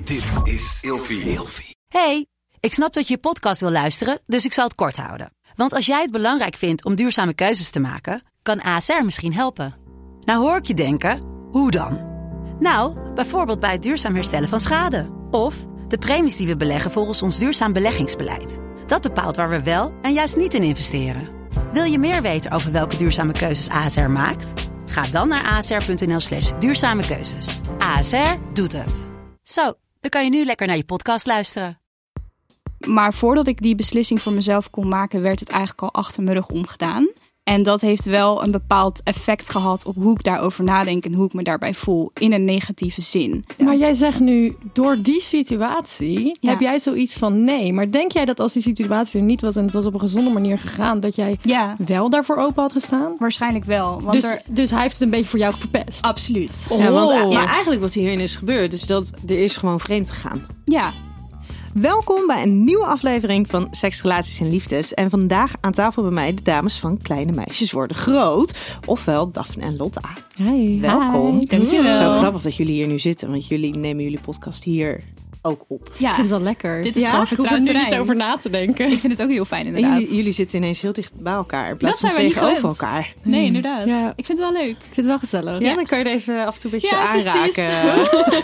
Dit is Ilfie. Hey, ik snap dat je je podcast wil luisteren, dus ik zal het kort houden. Want als jij het belangrijk vindt om duurzame keuzes te maken, kan ASR misschien helpen. Nou hoor ik je denken, hoe dan? Nou, bijvoorbeeld bij het duurzaam herstellen van schade. Of de premies die we beleggen volgens ons duurzaam beleggingsbeleid. Dat bepaalt waar we wel en juist niet in investeren. Wil je meer weten over welke duurzame keuzes ASR maakt? Ga dan naar asr.nl/duurzame keuzes. ASR doet het. Zo, dan kan je nu lekker naar je podcast luisteren. Maar voordat ik die beslissing voor mezelf kon maken, werd het eigenlijk al achter mijn rug omgedaan. En dat heeft wel een bepaald effect gehad op hoe ik daarover nadenk en hoe ik me daarbij voel in een negatieve zin. Maar jij zegt nu, door die situatie heb jij zoiets van nee. Maar denk jij dat als die situatie er niet was en het was op een gezonde manier gegaan, dat jij wel daarvoor open had gestaan? Waarschijnlijk wel. Want dus hij heeft het een beetje voor jou verpest? Absoluut. Ja, maar eigenlijk wat hierin is gebeurd, is dat er is gewoon vreemd gegaan. Ja. Welkom bij een nieuwe aflevering van Seks, Relaties en Liefdes. En vandaag aan tafel bij mij de dames van Kleine Meisjes Worden Groot. Ofwel Daphne en Lotta. Hi. Welkom. Dankjewel. Zo grappig dat jullie hier nu zitten, want jullie nemen jullie podcast hier ook op. Ja. Ik vind het wel lekker. Dit is gewoon vertrouwd terrein. Ik hoef er terrein. niet over na te denken. Ik vind het ook heel fijn En inderdaad. jullie zitten ineens heel dicht bij elkaar in plaats Dat van zijn we niet tegenover gewend. elkaar. Nee, inderdaad. Ja. Ik vind het wel leuk. Ik vind het wel gezellig. Ja, dan kan je er even af en toe een beetje Ja, aanraken.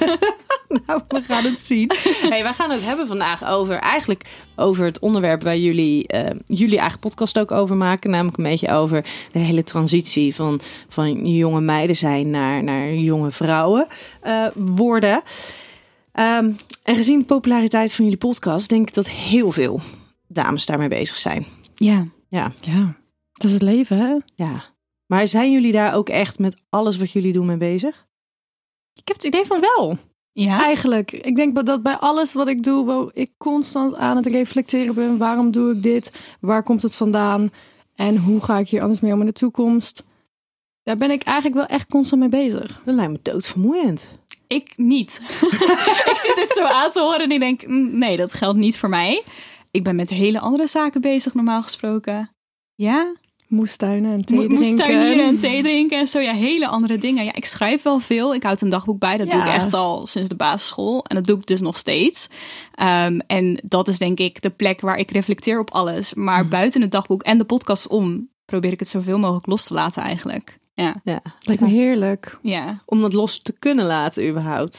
Nou, we gaan het zien. Hey, wij gaan het hebben vandaag over het onderwerp waar jullie eigen podcast ook over maken. Namelijk een beetje over de hele transitie van jonge meiden zijn naar jonge vrouwen worden. En gezien de populariteit van jullie podcast, denk ik dat heel veel dames daarmee bezig zijn. Ja. Ja. Dat is het leven, hè? Ja. Maar zijn jullie daar ook echt met alles wat jullie doen mee bezig? Ik heb het idee van wel. Ja. Eigenlijk. Ik denk dat bij alles wat ik doe, ik constant aan het reflecteren ben. Waarom doe ik dit? Waar komt het vandaan? En hoe ga ik hier anders mee om in de toekomst? Daar ben ik eigenlijk wel echt constant mee bezig. Dat lijkt me doodvermoeiend. Ik niet. Ik zit dit zo aan te horen en ik denk, nee, dat geldt niet voor mij. Ik ben met hele andere zaken bezig, normaal gesproken. Ja. Moestuinen en thee drinken. Moestuinieren en thee drinken en zo. Ja, hele andere dingen. Ja, ik schrijf wel veel. Ik houd een dagboek bij. Dat doe ik echt al sinds de basisschool. En dat doe ik dus nog steeds. En dat is denk ik de plek waar ik reflecteer op alles. Maar buiten het dagboek en de podcast om, probeer ik het zoveel mogelijk los te laten eigenlijk. Ja. Lijkt me heerlijk. Ja. Om dat los te kunnen laten überhaupt.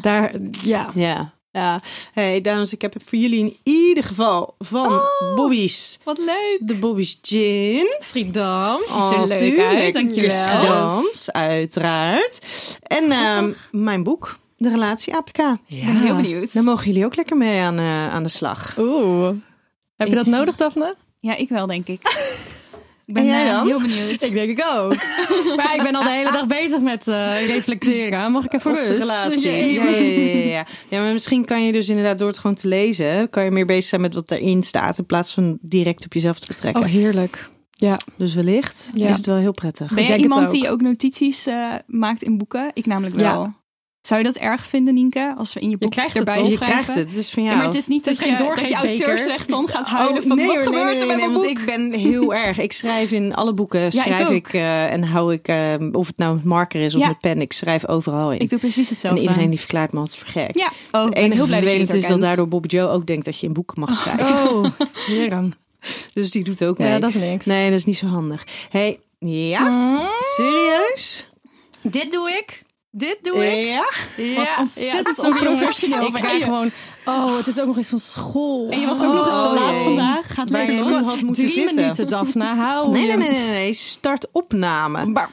Ja. Ja. Hey dames, ik heb voor jullie in ieder geval van Bobby's. Wat leuk. De Bobby's Gin. Schiedams. Ziet er leuk uit, dankjewel. Schiedams, uiteraard. En mijn boek, De Relatie APK. Ik ben heel benieuwd. Daar mogen jullie ook lekker mee aan de slag. Oeh. Heb je dat nodig, Daphne? Ja, ik wel, denk ik. Ik En ben jij dan? heel benieuwd. Ik denk ik ook. Maar ik ben al de hele dag bezig met reflecteren. Mag ik even Op rust? de relatie. Ja, maar misschien kan je dus inderdaad door het gewoon te lezen, kan je meer bezig zijn met wat erin staat, in plaats van direct op jezelf te betrekken. Oh, heerlijk. Ja. Dus wellicht is het wel heel prettig. Ben jij denk iemand het ook. die ook notities maakt in boeken? Ik namelijk wel. Ja. Zou je dat erg vinden, Nienke? Als we in je boek krijgt het erbij toch? Je schrijven? krijgt het is van jou. Ja, maar het is niet Het is geen dat je doorgeefbeker. auteursrecht dan gaat huilen van wat gebeurt er met mijn boek? want ik ben heel erg. Ik schrijf in alle boeken, ik ook. en hou ik, of het nou met marker is of Ja. met pen, ik schrijf overal in. Ik doe precies En hetzelfde. iedereen die verklaart me altijd voor gek. Ja, Het enige heel blij dat je vervelend dit is dat herkent. daardoor Bobby Joe ook denkt dat je in boeken mag schrijven. Oh, heren. Dus die doet ook mee. Ja, dat is niks. Nee, dat is niet zo handig. Hey, ja? Serieus? Dit doe ik. Dit doe ik. Ja? Wat ontzettend sorry, onprofessioneel jongens. Ik van krijg je. gewoon... Oh, het is ook nog eens van school. En je was ook nog eens te Oh, laat jee. vandaag. Gaat Waar lekker je los. nu had moeten 3 zitten. minuten, Daphne. Hou Nee, je. nee. Start opname.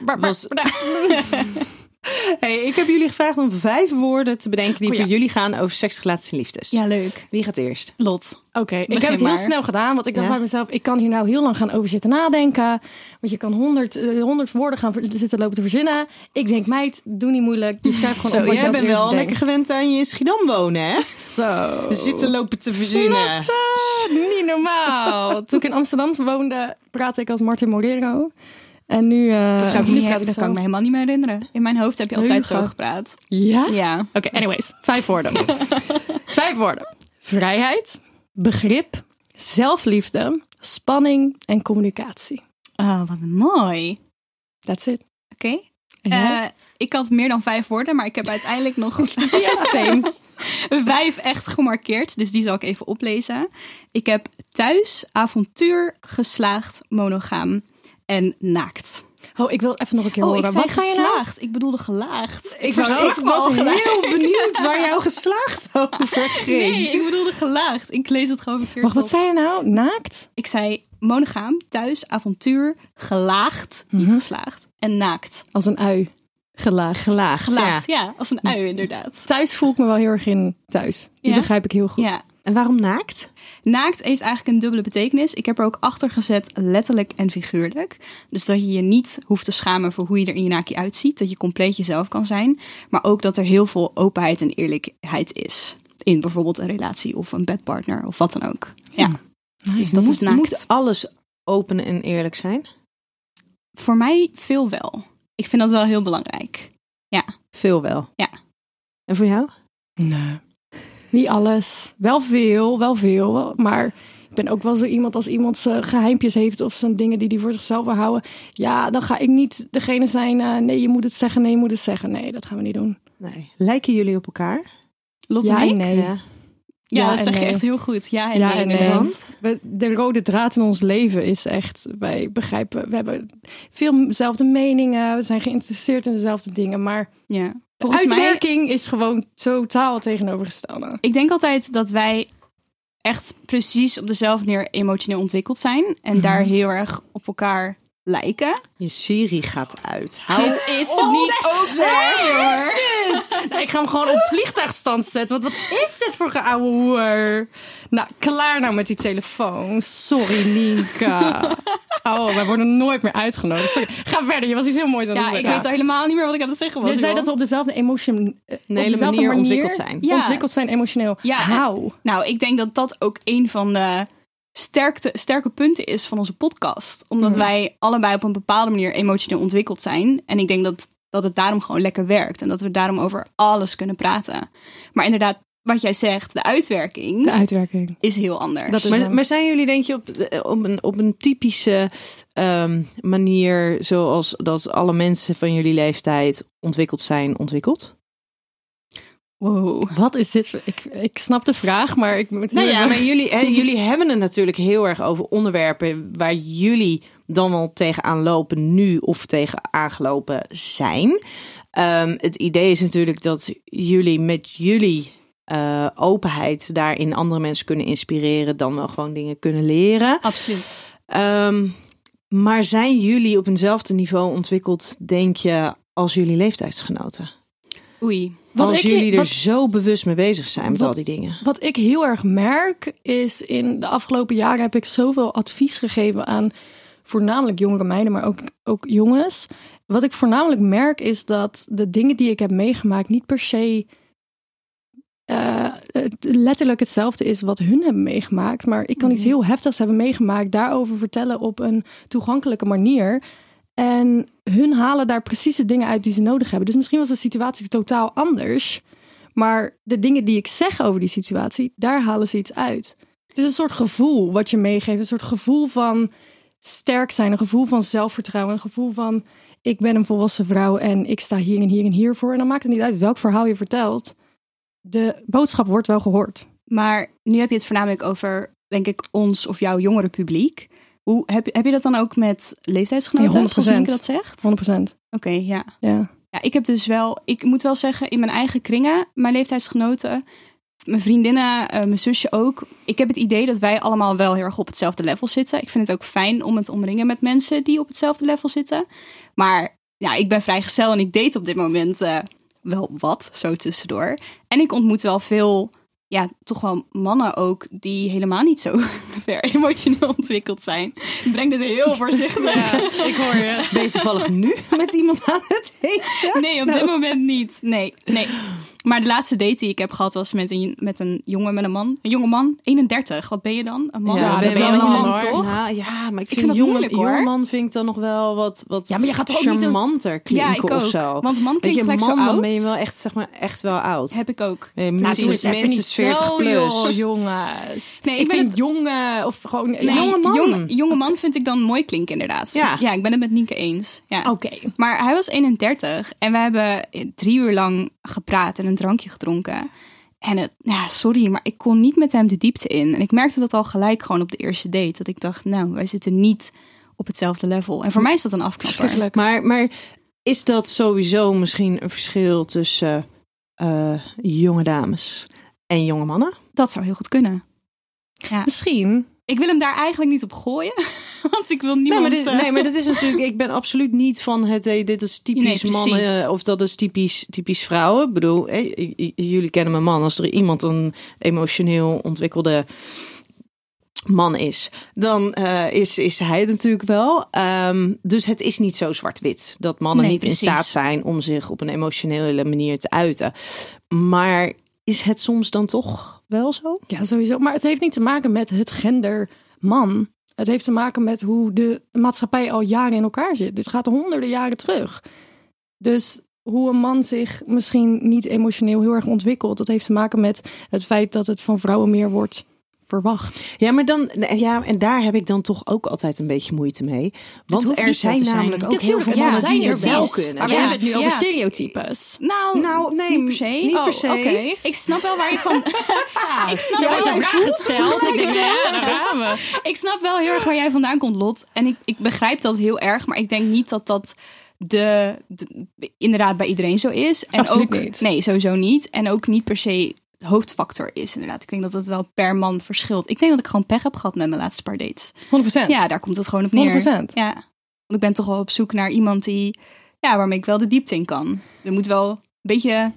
Hey, ik heb jullie gevraagd om 5 woorden te bedenken die voor jullie gaan over seks, relaties en liefdes. Ja, leuk. Wie gaat eerst? Lot. Oké, ik Begin heb het heel maar. snel gedaan. Want ik dacht Ja? bij mezelf, ik kan hier nou heel lang gaan over zitten nadenken. Want je kan 100 woorden gaan zitten lopen te verzinnen. Ik denk, meid, doe niet moeilijk. Je schrijft gewoon op Zo, wat je jij als bent eerste wel lekker denkt. gewend aan je in Schiedam wonen, hè? Zo. We zitten lopen te verzinnen. Niet normaal. Toen ik in Amsterdam woonde, praatte ik als Martin Morero. En nu... Dat kan ik me zo. helemaal niet meer herinneren. In mijn hoofd heb je altijd zo gepraat. Ja? Ja. Oké, anyways. 5 woorden. 5 woorden. Vrijheid, begrip, zelfliefde, spanning en communicatie. Oh, wat mooi. That's it. Oké. En jij? Ik had meer dan 5 woorden, maar ik heb uiteindelijk nog Ja, same. 5 echt gemarkeerd, dus die zal ik even oplezen. Ik heb thuis, avontuur, geslaagd, monogaam en naakt. Oh, ik wil even nog een keer horen. Ik zei Wat ga je nou? geslaagd. Ik bedoelde gelaagd. Ik was heel benieuwd waar jouw geslaagd over ging. Nee, ik bedoelde gelaagd. Ik lees het gewoon verkeerd. Wacht, wat zei je nou? Naakt? Ik zei monogaam, thuis, avontuur, gelaagd, niet geslaagd. En naakt. Als een ui. Gelaagd. Gelaagd, ja. Als een ui inderdaad. Thuis voel ik me wel heel erg in thuis. Die begrijp ik heel goed. Ja. En waarom naakt? Naakt heeft eigenlijk een dubbele betekenis. Ik heb er ook achter gezet, letterlijk en figuurlijk. Dus dat je je niet hoeft te schamen voor hoe je er in je naakje uitziet. Dat je compleet jezelf kan zijn. Maar ook dat er heel veel openheid en eerlijkheid is. In bijvoorbeeld een relatie of een bedpartner of wat dan ook. Ja. Dus dat is naakt. Moet alles open en eerlijk zijn? Voor mij veel wel. Ik vind dat wel heel belangrijk. Ja. Veel wel? Ja. En voor jou? Nee. Niet alles. Wel veel. Maar ik ben ook wel zo iemand als iemand zijn geheimpjes heeft of zijn dingen die hij voor zichzelf wil houden. Ja, dan ga ik niet degene zijn, nee, je moet het zeggen, nee, je moet het zeggen. Nee, dat gaan we niet doen. Nee. Lijken jullie op elkaar? Lotte ja en ik? en nee. Ja, dat zeg je echt heel goed. Ja en nee. Want de rode draad in ons leven is echt, wij begrijpen, we hebben veel dezelfde meningen, we zijn geïnteresseerd in dezelfde dingen, maar Ja. de uitwerking is gewoon totaal tegenovergestelde. Ik denk altijd dat wij echt precies op dezelfde manier emotioneel ontwikkeld zijn. En daar heel erg op elkaar lijken. Je Siri gaat uit. Dit is niet oké hoor. Nou, ik ga hem gewoon op vliegtuigstand zetten. Want wat is dit voor geouwe hoer? Nou, klaar nou met die telefoon. Sorry, Nienke. Oh, wij worden nooit meer uitgenodigd. Sorry. Ga verder, je was iets heel moois aan het zeggen. Ik weet al helemaal niet meer wat ik aan het zeggen was. Je zei dat we op dezelfde manier ontwikkeld zijn. Ja. Ontwikkeld zijn emotioneel. Ja, How? Nou, ik denk dat dat ook een van de sterke punten is van onze podcast. Omdat wij allebei op een bepaalde manier emotioneel ontwikkeld zijn. En ik denk dat het daarom gewoon lekker werkt. En dat we daarom over alles kunnen praten. Maar inderdaad, wat jij zegt, de uitwerking is heel anders. Maar zijn jullie, denk je, op een typische manier zoals dat alle mensen van jullie leeftijd ontwikkeld zijn, ontwikkeld? Wow. Wat is dit? Ik snap de vraag, maar ik moet... maar jullie hebben het natuurlijk heel erg over onderwerpen waar jullie dan al tegenaan lopen nu of tegenaan gelopen zijn. Het idee is natuurlijk dat jullie met jullie openheid daarin andere mensen kunnen inspireren, dan wel gewoon dingen kunnen leren. Absoluut. Maar zijn jullie op eenzelfde niveau ontwikkeld, denk je, als jullie leeftijdsgenoten? Oei. Als jullie er zo bewust mee bezig zijn met al die dingen. Wat ik heel erg merk is, in de afgelopen jaren heb ik zoveel advies gegeven aan voornamelijk jongere meiden, maar ook jongens. Wat ik voornamelijk merk is dat de dingen die ik heb meegemaakt niet per se letterlijk hetzelfde is wat hun hebben meegemaakt. Maar ik kan iets heel heftigs hebben meegemaakt, daarover vertellen op een toegankelijke manier. En hun halen daar precies de dingen uit die ze nodig hebben. Dus misschien was de situatie totaal anders. Maar de dingen die ik zeg over die situatie, daar halen ze iets uit. Het is een soort gevoel wat je meegeeft. Een soort gevoel van sterk zijn. Een gevoel van zelfvertrouwen. Een gevoel van, ik ben een volwassen vrouw en ik sta hier en hier en hier voor. En dan maakt het niet uit welk verhaal je vertelt. De boodschap wordt wel gehoord. Maar nu heb je het voornamelijk over, denk ik, ons of jouw jongere publiek. Heb je dat dan ook met leeftijdsgenoten? Ja, 100%. Zoals Nienke dat zegt? 100%. Oké, ja. Ja. Ja, ik heb dus wel, ik moet wel zeggen, in mijn eigen kringen, mijn leeftijdsgenoten, mijn vriendinnen, mijn zusje ook. Ik heb het idee dat wij allemaal wel heel erg op hetzelfde level zitten. Ik vind het ook fijn om het te omringen met mensen die op hetzelfde level zitten. Maar ja, ik ben vrijgezel en ik date op dit moment wel wat, zo tussendoor. En ik ontmoet wel veel, ja, toch wel mannen ook die helemaal niet zo ver emotioneel ontwikkeld zijn. Ik breng dit heel voorzichtig. Ja, ik hoor je. Ben je toevallig nu met iemand aan het daten? Nee, op dit moment niet. Nee. Maar de laatste date die ik heb gehad was met een jonge man, 31. Wat ben je dan? Een man? Ja, ben je wel een man, hoor. toch? Nou, ja, maar ik vind vind het moeilijk, hoor. jonge man vind ik dan nog wel wat Ja, maar je gaat toch ook niet charmanter klinken Ja, ik ook. of zo. Want man klinkt gelijk man, zo oud. Dan ben je wel echt, zeg maar, echt wel oud. Heb ik ook. Minstens minstens 40 plus. Joh, jongens. Nee, ik vind jonge of gewoon jonge man. Jonge man vind ik dan mooi klinken inderdaad. Ja. Ik ben het met Nienke eens. Ja. Oké. Maar hij was 31 en we hebben 3 uur lang gepraat en een drankje gedronken. En sorry, maar ik kon niet met hem de diepte in. En ik merkte dat al gelijk gewoon op de eerste date. Dat ik dacht, wij zitten niet op hetzelfde level. En voor mij is dat een afknapper. Maar is dat sowieso misschien een verschil tussen jonge dames en jonge mannen? Dat zou heel goed kunnen. Ja. Misschien. Ik wil hem daar eigenlijk niet op gooien. Want ik wil niemand... Nee, maar dat is natuurlijk... Ik ben absoluut niet van het... dit is typisch mannen of dat is typisch vrouwen. Ik bedoel, jullie kennen mijn man. Als er iemand een emotioneel ontwikkelde man is, dan is hij het natuurlijk wel. Dus het is niet zo zwart-wit. Dat mannen niet in staat zijn om zich op een emotionele manier te uiten. Maar is het soms dan toch wel zo? Ja, sowieso. Maar het heeft niet te maken met het gender man. Het heeft te maken met hoe de maatschappij al jaren in elkaar zit. Dit gaat honderden jaren terug. Dus hoe een man zich misschien niet emotioneel heel erg ontwikkelt, dat heeft te maken met het feit dat het van vrouwen meer wordt verwacht. Ja, maar dan, en daar heb ik dan toch ook altijd een beetje moeite mee. Want er zijn namelijk ook heel veel mannen die er wel kunnen. Maar we hebben het nu over stereotypes. Nou, nee, niet per se. Niet per se. Okay. Ik snap wel waar je van... Ik snap wel een vraag gesteld. Ik denk, daar gaan we. Ik snap wel heel erg waar jij vandaan komt, Lot. En ik begrijp dat heel erg, maar ik denk niet dat inderdaad bij iedereen zo is. En absoluut ook, niet. Nee, sowieso niet. En ook niet per se de hoofdfactor is, inderdaad. Ik denk dat het wel per man verschilt. Ik denk dat ik gewoon pech heb gehad met mijn laatste paar dates. 100%. Ja, daar komt het gewoon op neer. 100%. Ja. Want ik ben toch wel op zoek naar iemand waarmee ik wel de diepte in kan. Er moet wel een beetje...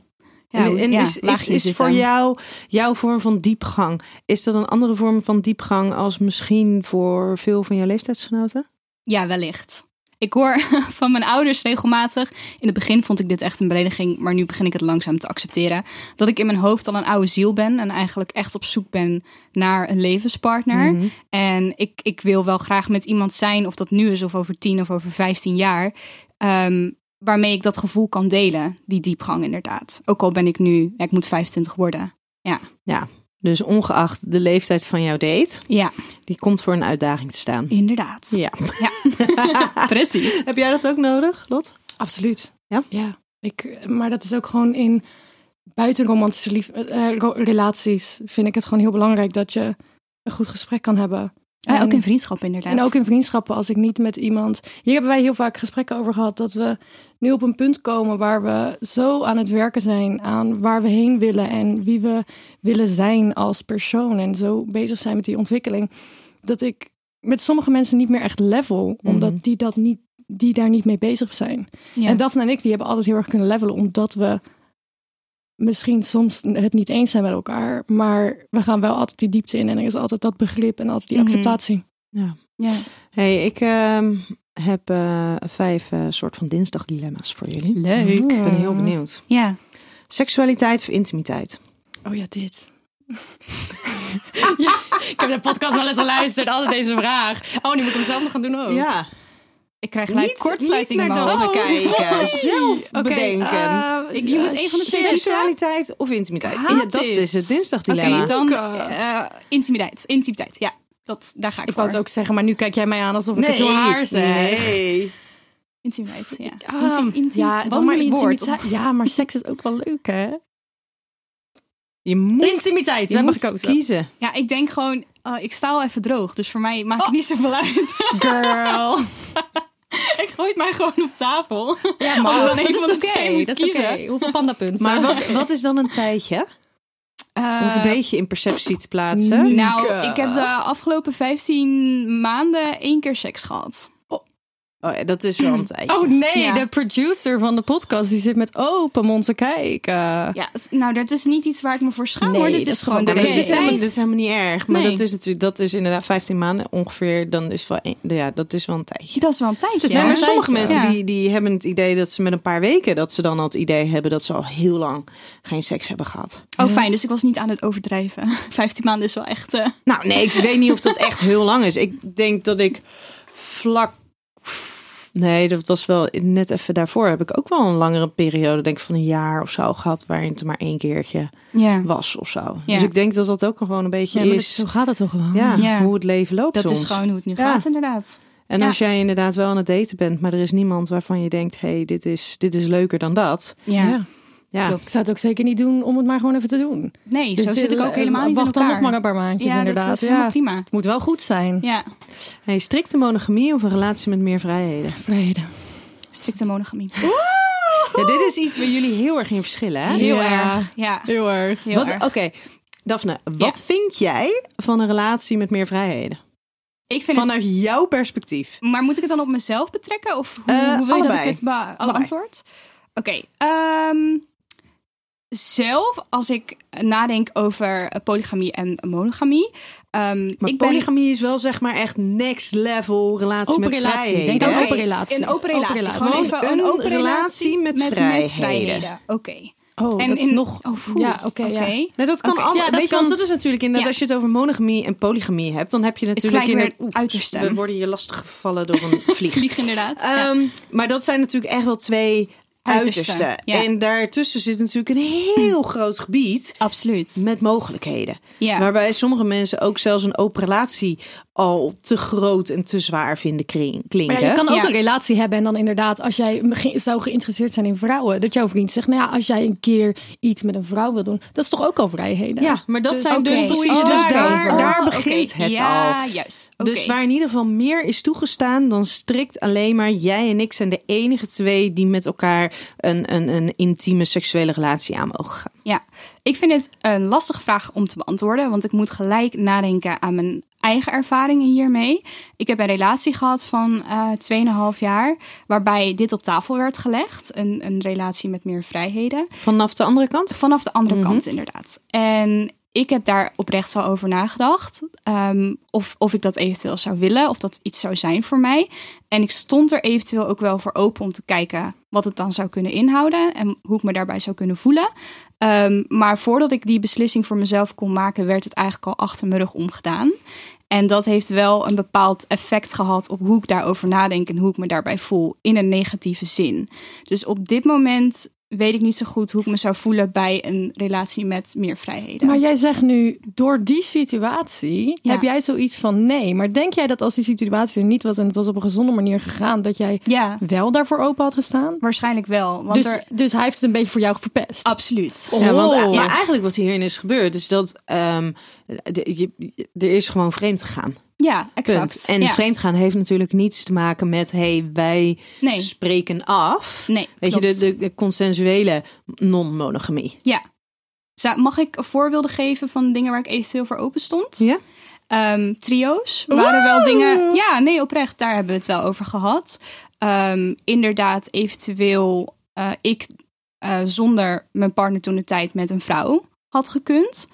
is voor jou jouw vorm van diepgang, is dat een andere vorm van diepgang als misschien voor veel van jouw leeftijdsgenoten? Ja, wellicht. Ik hoor van mijn ouders regelmatig. In het begin vond ik dit echt een belediging, maar nu begin ik het langzaam te accepteren. Dat ik in mijn hoofd al een oude ziel ben en eigenlijk echt op zoek ben naar een levenspartner. Mm-hmm. En ik wil wel graag met iemand zijn, of dat nu is of over 10 of over 15 jaar. Waarmee ik dat gevoel kan delen, die diepgang inderdaad. Ook al ben ik nu, ik moet 25 worden. Ja. Dus ongeacht de leeftijd van jouw date, die komt voor een uitdaging te staan. Inderdaad. Ja. Precies. Heb jij dat ook nodig, Lot? Absoluut. Ja? Maar dat is ook gewoon in buitenromantische relaties vind ik het gewoon heel belangrijk dat je een goed gesprek kan hebben. En ook in vriendschappen inderdaad. En ook in vriendschappen, als ik niet met iemand... Hier hebben wij heel vaak gesprekken over gehad, dat we nu op een punt komen waar we zo aan het werken zijn aan waar we heen willen en wie we willen zijn als persoon en zo bezig zijn met die ontwikkeling, dat ik met sommige mensen niet meer echt level, omdat die daar niet mee bezig zijn. Ja. En Daphne en ik, die hebben altijd heel erg kunnen levelen, omdat we misschien soms het niet eens zijn met elkaar, maar we gaan wel altijd die diepte in en er is altijd dat begrip en altijd die acceptatie. Ja. Hey, ik heb 5 soort van dinsdagdilemma's voor jullie. Leuk. Ik ben heel benieuwd. Ja. Seksualiteit of intimiteit? Oh ja, dit. Ik heb de podcast wel eens geluisterd, altijd deze vraag. Oh, nu moet ik hem zelf nog gaan doen ook. Ja. Ik krijg gelijk kortsluiting in mijn hoofd. Kijken, zelf bedenken. Je moet een van de twee seksualiteit of intimiteit. Ja, dat is het dinsdagdilemma. Oké, dan intimiteit. Ja, daar ga ik voor. Ik wou het ook zeggen, maar nu kijk jij mij aan alsof ik het door haar zeg. Nee. Intimiteit, ja. Wat een moeilijk woord. Ja, maar seks is ook wel leuk, hè? Je moet intimiteit. Je moet kiezen. Ja, ik denk gewoon, ik sta al even droog, dus voor mij maakt het niet zoveel uit. Girl. Ik gooi het mij gewoon op tafel. Ja, maar dat is oké. Dat is oké. Hoeveel pandapunten? Maar wat is dan een tijdje? Om het een beetje in perceptie te plaatsen. Nou, ik heb de afgelopen 15 maanden 1 keer seks gehad. Oh ja, dat is wel een tijdje. Oh nee, de producer van de podcast die zit met open mond te kijken. Ja, nou dat is niet iets waar ik me voor schaam hoor. Dit is gewoon de realiteit. Dat is helemaal niet erg. Maar dat is inderdaad 15 maanden ongeveer. Dan is wel dat is wel een tijdje. Dat is wel een tijdje. Er zijn maar sommige mensen die hebben het idee dat ze met een paar weken, dat ze dan al het idee hebben dat ze al heel lang geen seks hebben gehad. Oh fijn, dus ik was niet aan het overdrijven. 15 maanden is wel echt... Nou nee, ik weet niet of dat echt heel lang is. Ik denk dat ik Nee, dat was wel net even daarvoor. Heb ik ook wel een langere periode, denk ik van een jaar of zo gehad, waarin het er maar 1 keertje was of zo. Ja. Dus ik denk dat dat ook gewoon een beetje is. Zo gaat het toch gewoon. Ja, hoe het leven loopt dat soms. is gewoon hoe het nu gaat, inderdaad. En als jij inderdaad wel aan het daten bent, maar er is niemand waarvan je denkt, hey, dit is leuker dan dat. Ja. Ja. Ik zou het ook zeker niet doen om het maar gewoon even te doen. Nee, dus zo zit ik ook helemaal niet in elkaar. Wacht dan nog maar een paar maandjes inderdaad. Dat is helemaal prima. Het moet wel goed zijn. Ja. Hey, strikte monogamie of een relatie met meer vrijheden? Vrijheden. Strikte monogamie. Ja, dit is iets waar jullie heel erg in verschillen, hè? Heel erg. Ja. Heel erg. Oké, Daphne, wat vind jij van een relatie met meer vrijheden? Ik vind vanuit jouw perspectief. Maar moet ik het dan op mezelf betrekken? Of hoe wil je dat ik het beantwoord? Oké. Zelf, als ik nadenk over polygamie en monogamie. Maar polygamie is wel zeg maar echt next level relatie met vrijheden. Denk open relatie. Een open relatie. Gewoon even een open relatie met vrijheden. Oké. Oh, en dat is nog... Ja, oké. Nee, dat kan allemaal. Want dat is natuurlijk inderdaad, als je het over monogamie en polygamie hebt, dan heb je natuurlijk in het uiterste. We worden hier lastig gevallen door een vlieg. Vlieg inderdaad. Maar dat zijn natuurlijk echt wel twee uiterste. Ja. En daartussen zit natuurlijk een heel groot gebied. Absoluut. Met mogelijkheden. Ja. Waarbij sommige mensen ook zelfs een open relatie al te groot en te zwaar vinden klinken. Maar je kan ook een relatie hebben en dan inderdaad, als jij zou geïnteresseerd zijn in vrouwen, dat jouw vriend zegt, nou ja, als jij een keer iets met een vrouw wil doen, dat is toch ook al vrijheden? Ja, maar dat zijn dus daar begint het al. Juist. Dus waar in ieder geval meer is toegestaan dan strikt alleen maar jij en ik zijn de enige twee die met elkaar een intieme seksuele relatie aan mogen gaan. Ja, ik vind het een lastige vraag om te beantwoorden, want ik moet gelijk nadenken aan mijn eigen ervaringen hiermee. Ik heb een relatie gehad van 2,5 jaar, waarbij dit op tafel werd gelegd. Een relatie met meer vrijheden. Vanaf de andere kant? Vanaf de andere kant, inderdaad. En ik heb daar oprecht wel over nagedacht. Of ik dat eventueel zou willen, of dat iets zou zijn voor mij. En ik stond er eventueel ook wel voor open om te kijken wat het dan zou kunnen inhouden en hoe ik me daarbij zou kunnen voelen. Maar voordat ik die beslissing voor mezelf kon maken, werd het eigenlijk al achter mijn rug omgedaan. En dat heeft wel een bepaald effect gehad op hoe ik daarover nadenk en hoe ik me daarbij voel in een negatieve zin. Dus op dit moment weet ik niet zo goed hoe ik me zou voelen bij een relatie met meer vrijheden. Maar jij zegt nu, door die situatie heb jij zoiets van nee. Maar denk jij dat als die situatie er niet was en het was op een gezonde manier gegaan, dat jij wel daarvoor open had gestaan? Waarschijnlijk wel. Want dus hij heeft het een beetje voor jou verpest? Absoluut. Ja, maar eigenlijk wat hierin is gebeurd, is dat er is gewoon vreemd gegaan. Ja, exact. Punt. En vreemdgaan heeft natuurlijk niets te maken met wij spreken af. Nee, weet je, de consensuele non-monogamie. Ja. Mag ik voorbeelden geven van dingen waar ik eventueel voor open stond? Ja. Trio's waren wel dingen. Ja, nee, oprecht, daar hebben we het wel over gehad. Inderdaad, eventueel ik zonder mijn partner toen de tijd met een vrouw had gekund.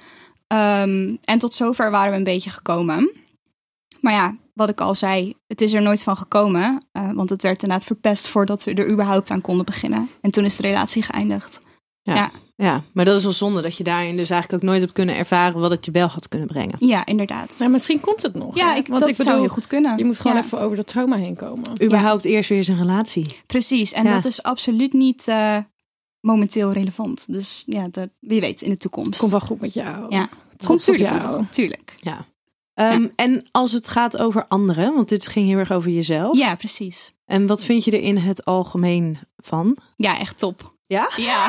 En tot zover waren we een beetje gekomen. Maar ja, wat ik al zei, het is er nooit van gekomen. Want het werd inderdaad verpest voordat we er überhaupt aan konden beginnen. En toen is de relatie geëindigd. Ja, maar dat is wel zonde dat je daarin dus eigenlijk ook nooit hebt kunnen ervaren wat het je wel had kunnen brengen. Ja, inderdaad. Maar misschien komt het nog. Ja, dat zou heel goed kunnen. Je moet gewoon even over dat trauma heen komen. Überhaupt eerst weer eens een relatie. Precies, en dat is absoluut niet momenteel relevant. Dus ja, wie weet in de toekomst. Komt wel goed met jou. Ja, komt tuurlijk. Ja. En als het gaat over anderen, want dit ging heel erg over jezelf. Ja, precies. En wat vind je er in het algemeen van? Ja, echt top. Ja? Ja.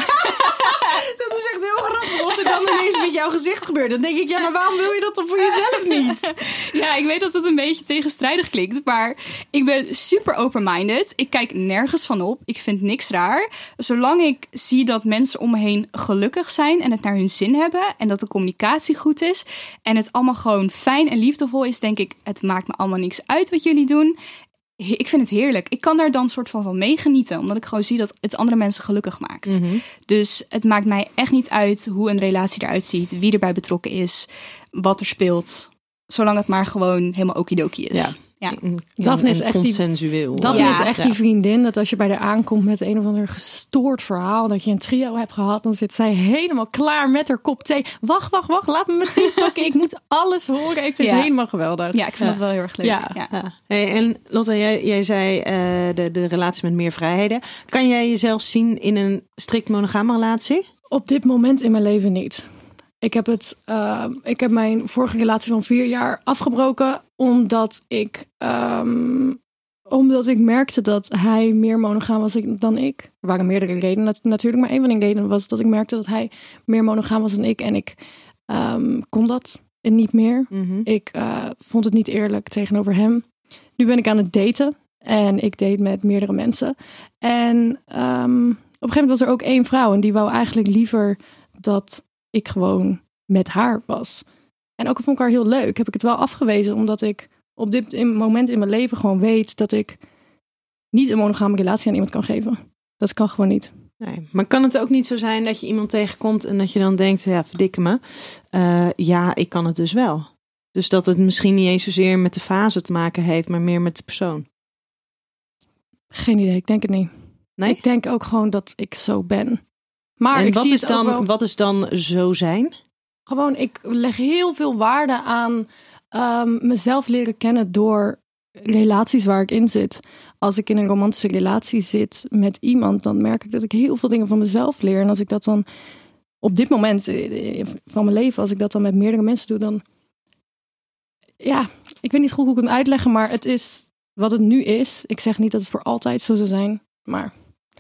Dat is echt heel grappig wat er dan ineens met jouw gezicht gebeurt. Dan denk ik, ja, maar waarom wil je dat dan voor jezelf niet? Ja, ik weet dat het een beetje tegenstrijdig klinkt, maar ik ben super open-minded. Ik kijk nergens van op. Ik vind niks raar. Zolang ik zie dat mensen om me heen gelukkig zijn en het naar hun zin hebben en dat de communicatie goed is en het allemaal gewoon fijn en liefdevol is, denk ik, het maakt me allemaal niks uit wat jullie doen. Ik vind het heerlijk. Ik kan daar dan soort van meegenieten. Omdat ik gewoon zie dat het andere mensen gelukkig maakt. Mm-hmm. Dus het maakt mij echt niet uit hoe een relatie eruit ziet. Wie erbij betrokken is. Wat er speelt. Zolang het maar gewoon helemaal okidoki is. Ja. Daphne is echt consensueel. Daphne is echt die vriendin dat als je bij haar aankomt met een of ander gestoord verhaal, dat je een trio hebt gehad, dan zit zij helemaal klaar met haar kop thee. Wacht, laat me mijn thee pakken. Ik moet alles horen. Ik vind het helemaal geweldig. Ja, ik vind het wel heel erg leuk. Ja. Hey, en Lotte, jij zei de relatie met meer vrijheden. Kan jij jezelf zien in een strikt monogame relatie? Op dit moment in mijn leven niet. Ik heb mijn vorige relatie van 4 jaar afgebroken omdat ik Omdat ik merkte dat hij meer monogaam was dan ik. Er waren meerdere redenen natuurlijk. Maar een van de redenen was dat ik merkte dat hij meer monogaam was dan ik. En ik kon dat niet meer. Mhm. Ik vond het niet eerlijk tegenover hem. Nu ben ik aan het daten. En ik date met meerdere mensen. En op een gegeven moment was er ook 1 vrouw. En die wou eigenlijk liever dat ik gewoon met haar was. En ook al vond ik haar heel leuk, heb ik het wel afgewezen. Omdat ik op dit moment in mijn leven gewoon weet dat ik niet een monogame relatie aan iemand kan geven. Dat kan gewoon niet. Nee, maar kan het ook niet zo zijn dat je iemand tegenkomt en dat je dan denkt, ja, verdikke me. Ja, ik kan het dus wel. Dus dat het misschien niet eens zozeer met de fase te maken heeft, maar meer met de persoon. Geen idee, ik denk het niet. Nee? Ik denk ook gewoon dat ik zo ben. Maar En ik wat zie is het ook dan, wel. wat is dan zo zijn? Gewoon, ik leg heel veel waarde aan mezelf leren kennen door relaties waar ik in zit. Als ik in een romantische relatie zit met iemand, dan merk ik dat ik heel veel dingen van mezelf leer. En als ik dat dan op dit moment van mijn leven, als ik dat dan met meerdere mensen doe, dan... Ja, ik weet niet goed hoe ik het uitleggen, maar het is wat het nu is. Ik zeg niet dat het voor altijd zo zou zijn, maar...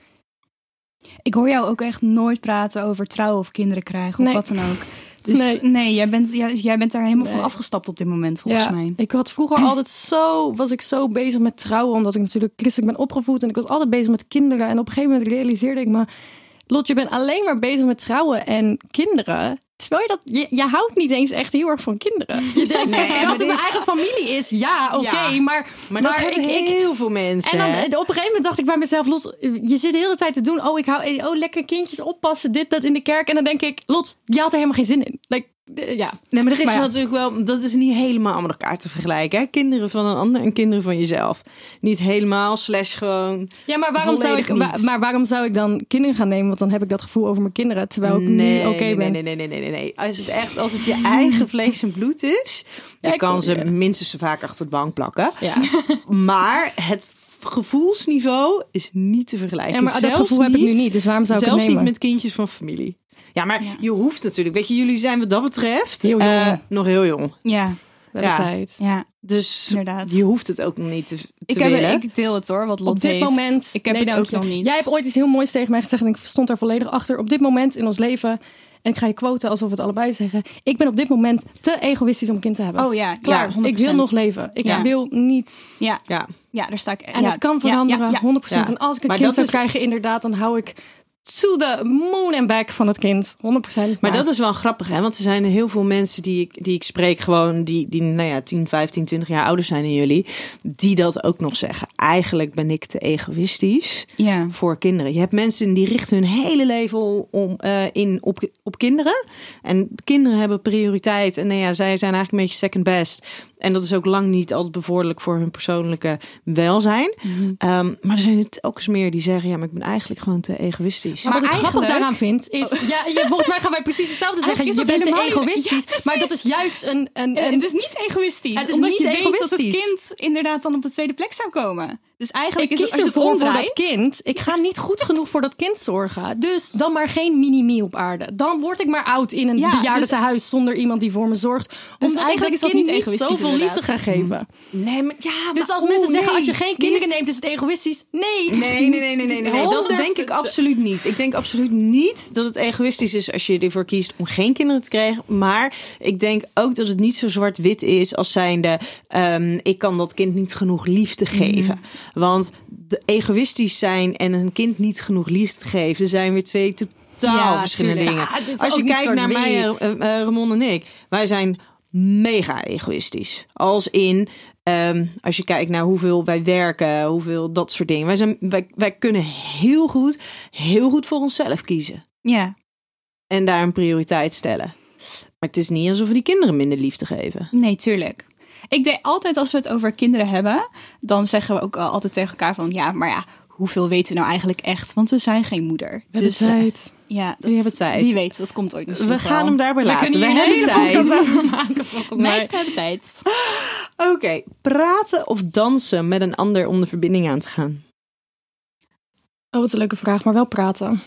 Ik hoor jou ook echt nooit praten over trouwen of kinderen krijgen of Nee. wat dan ook. Dus nee, jij bent daar helemaal van Nee. afgestapt op dit moment, volgens mij. Ik had vroeger altijd was ik zo bezig met trouwen, omdat ik natuurlijk christelijk ben opgevoed en ik was altijd bezig met kinderen. En op een gegeven moment realiseerde ik me, Lot, je bent alleen maar bezig met trouwen en kinderen. Terwijl je houdt niet eens echt heel erg van kinderen. Je denkt, Nee, als het maar mijn eigen familie is, oké, maar dat hebben heel veel mensen. En dan hè? op een gegeven moment dacht ik bij mezelf, Lot, je zit de hele tijd te doen. Lekker kindjes oppassen, dit, dat in de kerk. En dan denk ik, Lot, je had er helemaal geen zin in. Ja. Nee, maar er is Maar ja. natuurlijk wel, dat is niet helemaal met elkaar te vergelijken. Hè? Kinderen van een ander en kinderen van jezelf. Niet helemaal, gewoon. Ja, maar waarom zou ik dan kinderen gaan nemen? Want dan heb ik dat gevoel over mijn kinderen, terwijl ik nu oké ben. Nee. Als het je eigen vlees en bloed is, dan kan ze minstens zo vaak achter de bank plakken. Ja. Maar het gevoelsniveau is niet te vergelijken. Ja, maar dat Zelfs gevoel heb ik nu niet, dus waarom zou ik het zelfs nemen? niet met kindjes van familie. Ja, maar je hoeft natuurlijk. Weet je, jullie zijn wat dat betreft Heel jong. nog heel jong. Ja, Wel de Ja. tijd. ja. Dus Inderdaad. je hoeft het ook nog niet te willen. Ik deel het hoor, wat Lot Op dit heeft. moment... Ik heb nee, het dank ook je. nog niet. Jij hebt ooit iets heel moois tegen mij gezegd en ik stond daar volledig achter. Op dit moment in ons leven, en ik ga je quoten alsof we het allebei zeggen. Ik ben op dit moment te egoïstisch om een kind te hebben. Oh ja, Klaar. ja, 100%. Ik wil nog leven. Ik wil niet... Ja, Ja. ja, daar sta ik. En het kan veranderen, 100%. Ja. En als ik een Maar kind dat zou is- krijgen, inderdaad, dan hou ik to the moon and back van het kind. 100%. Maar dat is wel grappig, hè? Want er zijn heel veel mensen die ik spreek, gewoon die nou ja, 10, 15, 20 jaar ouder zijn dan jullie, die dat ook nog zeggen. Eigenlijk ben ik te egoïstisch Ja. voor kinderen. Je hebt mensen die richten hun hele leven op kinderen. En kinderen hebben prioriteit. En nou ja, zij zijn eigenlijk een beetje second best. En dat is ook lang niet altijd bevorderlijk voor hun persoonlijke welzijn. Maar er zijn er ook eens meer die zeggen, ja, maar ik ben eigenlijk gewoon te egoïstisch. Maar wat ik grappig eigenlijk- daaraan vind, is... volgens mij gaan wij precies hetzelfde zeggen. Eigenlijk Je is dat bent te helemaal niet- egoïstisch. Ja, precies. maar dat is juist een Het is niet egoïstisch. Het is omdat niet je weet dat het egoïstisch. kind inderdaad dan op de tweede plek zou komen. Dus eigenlijk Ik is kies het, als je het ervoor voor omdraait... dat kind. Ik ga niet goed genoeg voor dat kind zorgen. Dus dan maar geen mini-me op aarde. Dan word ik maar oud in een Ja, bejaardentehuis zonder iemand die voor me zorgt. Omdat ik eigenlijk dat is dat kind niet niet egoïstisch, zoveel liefde inderdaad. ga geven. Nee, maar ja, Dus maar- als mensen zeggen, nee. als je geen kinderen neemt, is het egoïstisch. Nee. Nee. Dat denk ik 100%. absoluut niet. Ik denk absoluut niet dat het egoïstisch is als je ervoor kiest om geen kinderen te krijgen. Maar ik denk ook dat het niet zo zwart-wit is als zijnde, ik kan dat kind niet genoeg liefde geven. Want egoïstisch zijn en een kind niet genoeg liefde geven zijn weer twee totaal Ja, verschillende tuurlijk. dingen. Ja, dit is Als ook je niet kijkt naar mij, zwart-wit. Ramon en ik, wij zijn mega egoïstisch. Als in, als je kijkt naar hoeveel wij werken, hoeveel dat soort dingen. Wij kunnen heel goed voor onszelf kiezen. Ja, En daar een prioriteit stellen. Maar het is niet alsof we die kinderen minder liefde geven. nee, tuurlijk. Ik denk altijd als we het over kinderen hebben, dan zeggen we ook altijd tegen elkaar van, ja, maar ja, hoeveel weten we nou eigenlijk echt? Want we zijn geen moeder. We hebben tijd. Ja, Jullie hebben tijd. Wie weet, dat komt ooit misschien We nog gaan wel. hem daarbij We laten. kunnen We hier een hebben hele podcast tijd. over maken, volgens mij. We hebben tijd. Oké, praten of dansen met een ander om de verbinding aan te gaan? Oh, wat een leuke vraag, maar wel praten.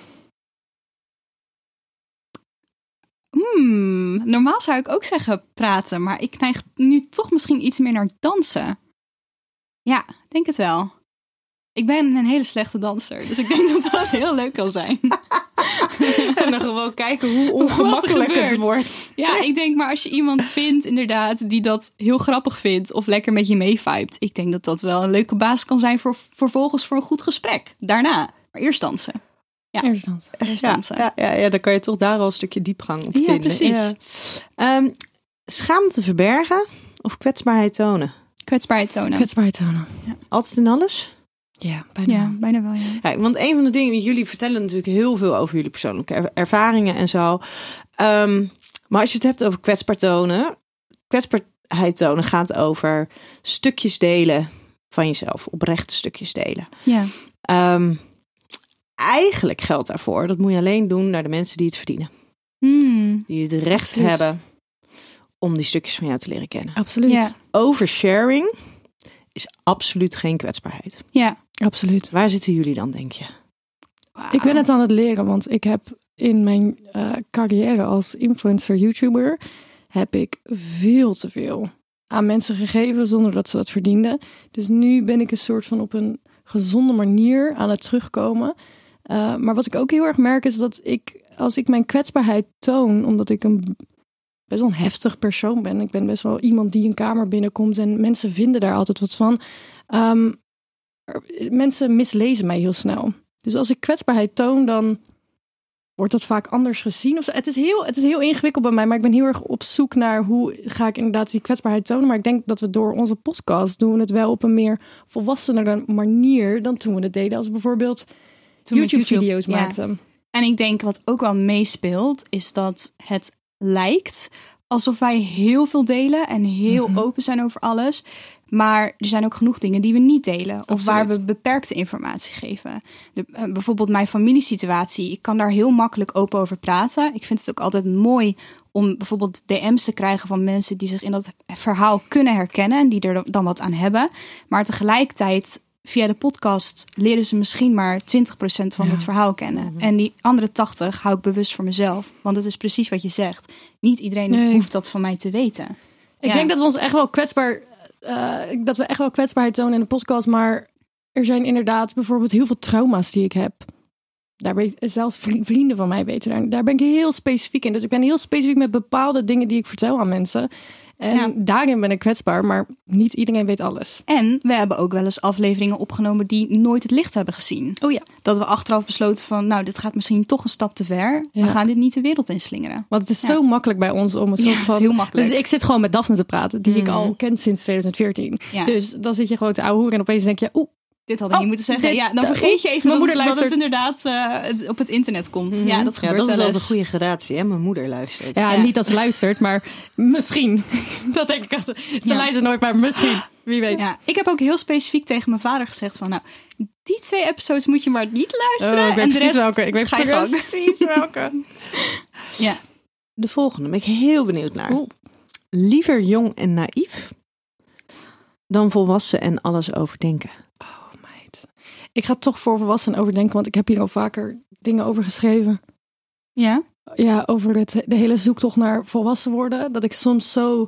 Normaal zou ik ook zeggen praten, maar ik neig nu toch misschien iets meer naar dansen. Ja, denk het wel. Ik ben een hele slechte danser. Dus ik denk dat dat heel leuk kan zijn. En dan gewoon kijken hoe ongemakkelijk het wordt. Ja, ik denk maar als je iemand vindt inderdaad die dat heel grappig vindt of lekker met je meevibet. Ik denk dat dat wel een leuke basis kan zijn voor vervolgens voor een goed gesprek. Daarna. Maar eerst dansen. Ja. Eerst dansen. Ja, dan kan je toch daar al een stukje diepgang op vinden. Ja, precies. Ja. Schaamte verbergen of kwetsbaarheid tonen? Kwetsbaarheid tonen. Ja. Altijd in alles? Ja, bijna wel. Ja. Ja, want een van de dingen, jullie vertellen natuurlijk heel veel over jullie persoonlijke ervaringen en zo. Maar als je het hebt over kwetsbaarheid tonen gaat over stukjes delen van jezelf, oprechte stukjes delen. Ja. Eigenlijk geldt daarvoor, dat moet je alleen doen naar de mensen die het verdienen. Die het recht hebben om die stukjes van jou te leren kennen. Absoluut. Ja. Oversharing is absoluut geen kwetsbaarheid. Ja. Absoluut. Waar zitten jullie dan, denk je? Wow. Ik ben het aan het leren, want ik heb in mijn carrière als influencer YouTuber heb ik veel te veel aan mensen gegeven zonder dat ze dat verdienden. Dus nu ben ik een soort van op een gezonde manier aan het terugkomen. Maar wat ik ook heel erg merk is dat als ik mijn kwetsbaarheid toon, omdat ik best wel een heftig persoon ben. Ik ben best wel iemand die een kamer binnenkomt en mensen vinden daar altijd wat van. Mensen mislezen mij heel snel. Dus als ik kwetsbaarheid toon, dan wordt dat vaak anders gezien. Het is heel ingewikkeld bij mij, maar ik ben heel erg op zoek naar hoe ga ik inderdaad die kwetsbaarheid tonen. Maar ik denk dat we door onze podcast doen we het wel op een meer volwassenere manier dan toen we het deden als bijvoorbeeld YouTube-video's maakten. Ja. En ik denk wat ook wel meespeelt, is dat het lijkt alsof wij heel veel delen en heel open zijn over alles. Maar er zijn ook genoeg dingen die we niet delen. Of Absoluut. waar we beperkte informatie geven. Bijvoorbeeld mijn familiesituatie. Ik kan daar heel makkelijk open over praten. Ik vind het ook altijd mooi om bijvoorbeeld DM's te krijgen van mensen die zich in dat verhaal kunnen herkennen. En die er dan wat aan hebben. Maar tegelijkertijd, via de podcast leren ze misschien maar 20% van het verhaal kennen. En die andere 80% hou ik bewust voor mezelf. Want het is precies wat je zegt. Niet iedereen hoeft dat van mij te weten. Ik denk dat we ons echt wel kwetsbaarheid tonen in de podcast, maar er zijn inderdaad bijvoorbeeld heel veel trauma's die ik heb. Zelfs vrienden van mij weten daar ben ik heel specifiek in. Dus ik ben heel specifiek met bepaalde dingen die ik vertel aan mensen. En daarin ben ik kwetsbaar, maar niet iedereen weet alles. En we hebben ook wel eens afleveringen opgenomen die nooit het licht hebben gezien. Oh ja. Dat we achteraf besloten van, nou, dit gaat misschien toch een stap te ver. Ja. We gaan dit niet de wereld inslingeren. Want het is zo makkelijk bij ons om een soort van... het is heel makkelijk. Dus ik zit gewoon met Daphne te praten, die ik al ken sinds 2014. Ja. Dus dan zit je gewoon te ouwehoeren en opeens denk je... Dit had ik niet moeten zeggen. dit- Dan vergeet je even mijn moeder dat het luistert. inderdaad op het internet komt. Ja, dat gebeurt dat is wel wel eens. een goede gradatie, hè? Mijn moeder luistert. Ja, niet dat ze luistert, maar misschien. Dat denk ik altijd. Ze luistert nooit, maar misschien. Wie weet. Ja, ik heb ook heel specifiek tegen mijn vader gezegd van, nou, die 2 episodes moet je maar niet luisteren. ik weet en de precies rest welke. Ik weet ga je gang. precies welke. Ja. De volgende ben ik heel benieuwd naar. Cool. Liever jong en naïef dan volwassen en alles overdenken. Oh, meid. Ik ga toch voor volwassenen overdenken, want ik heb hier al vaker dingen over geschreven. Ja? Ja, over de hele zoektocht naar volwassen worden. Dat ik soms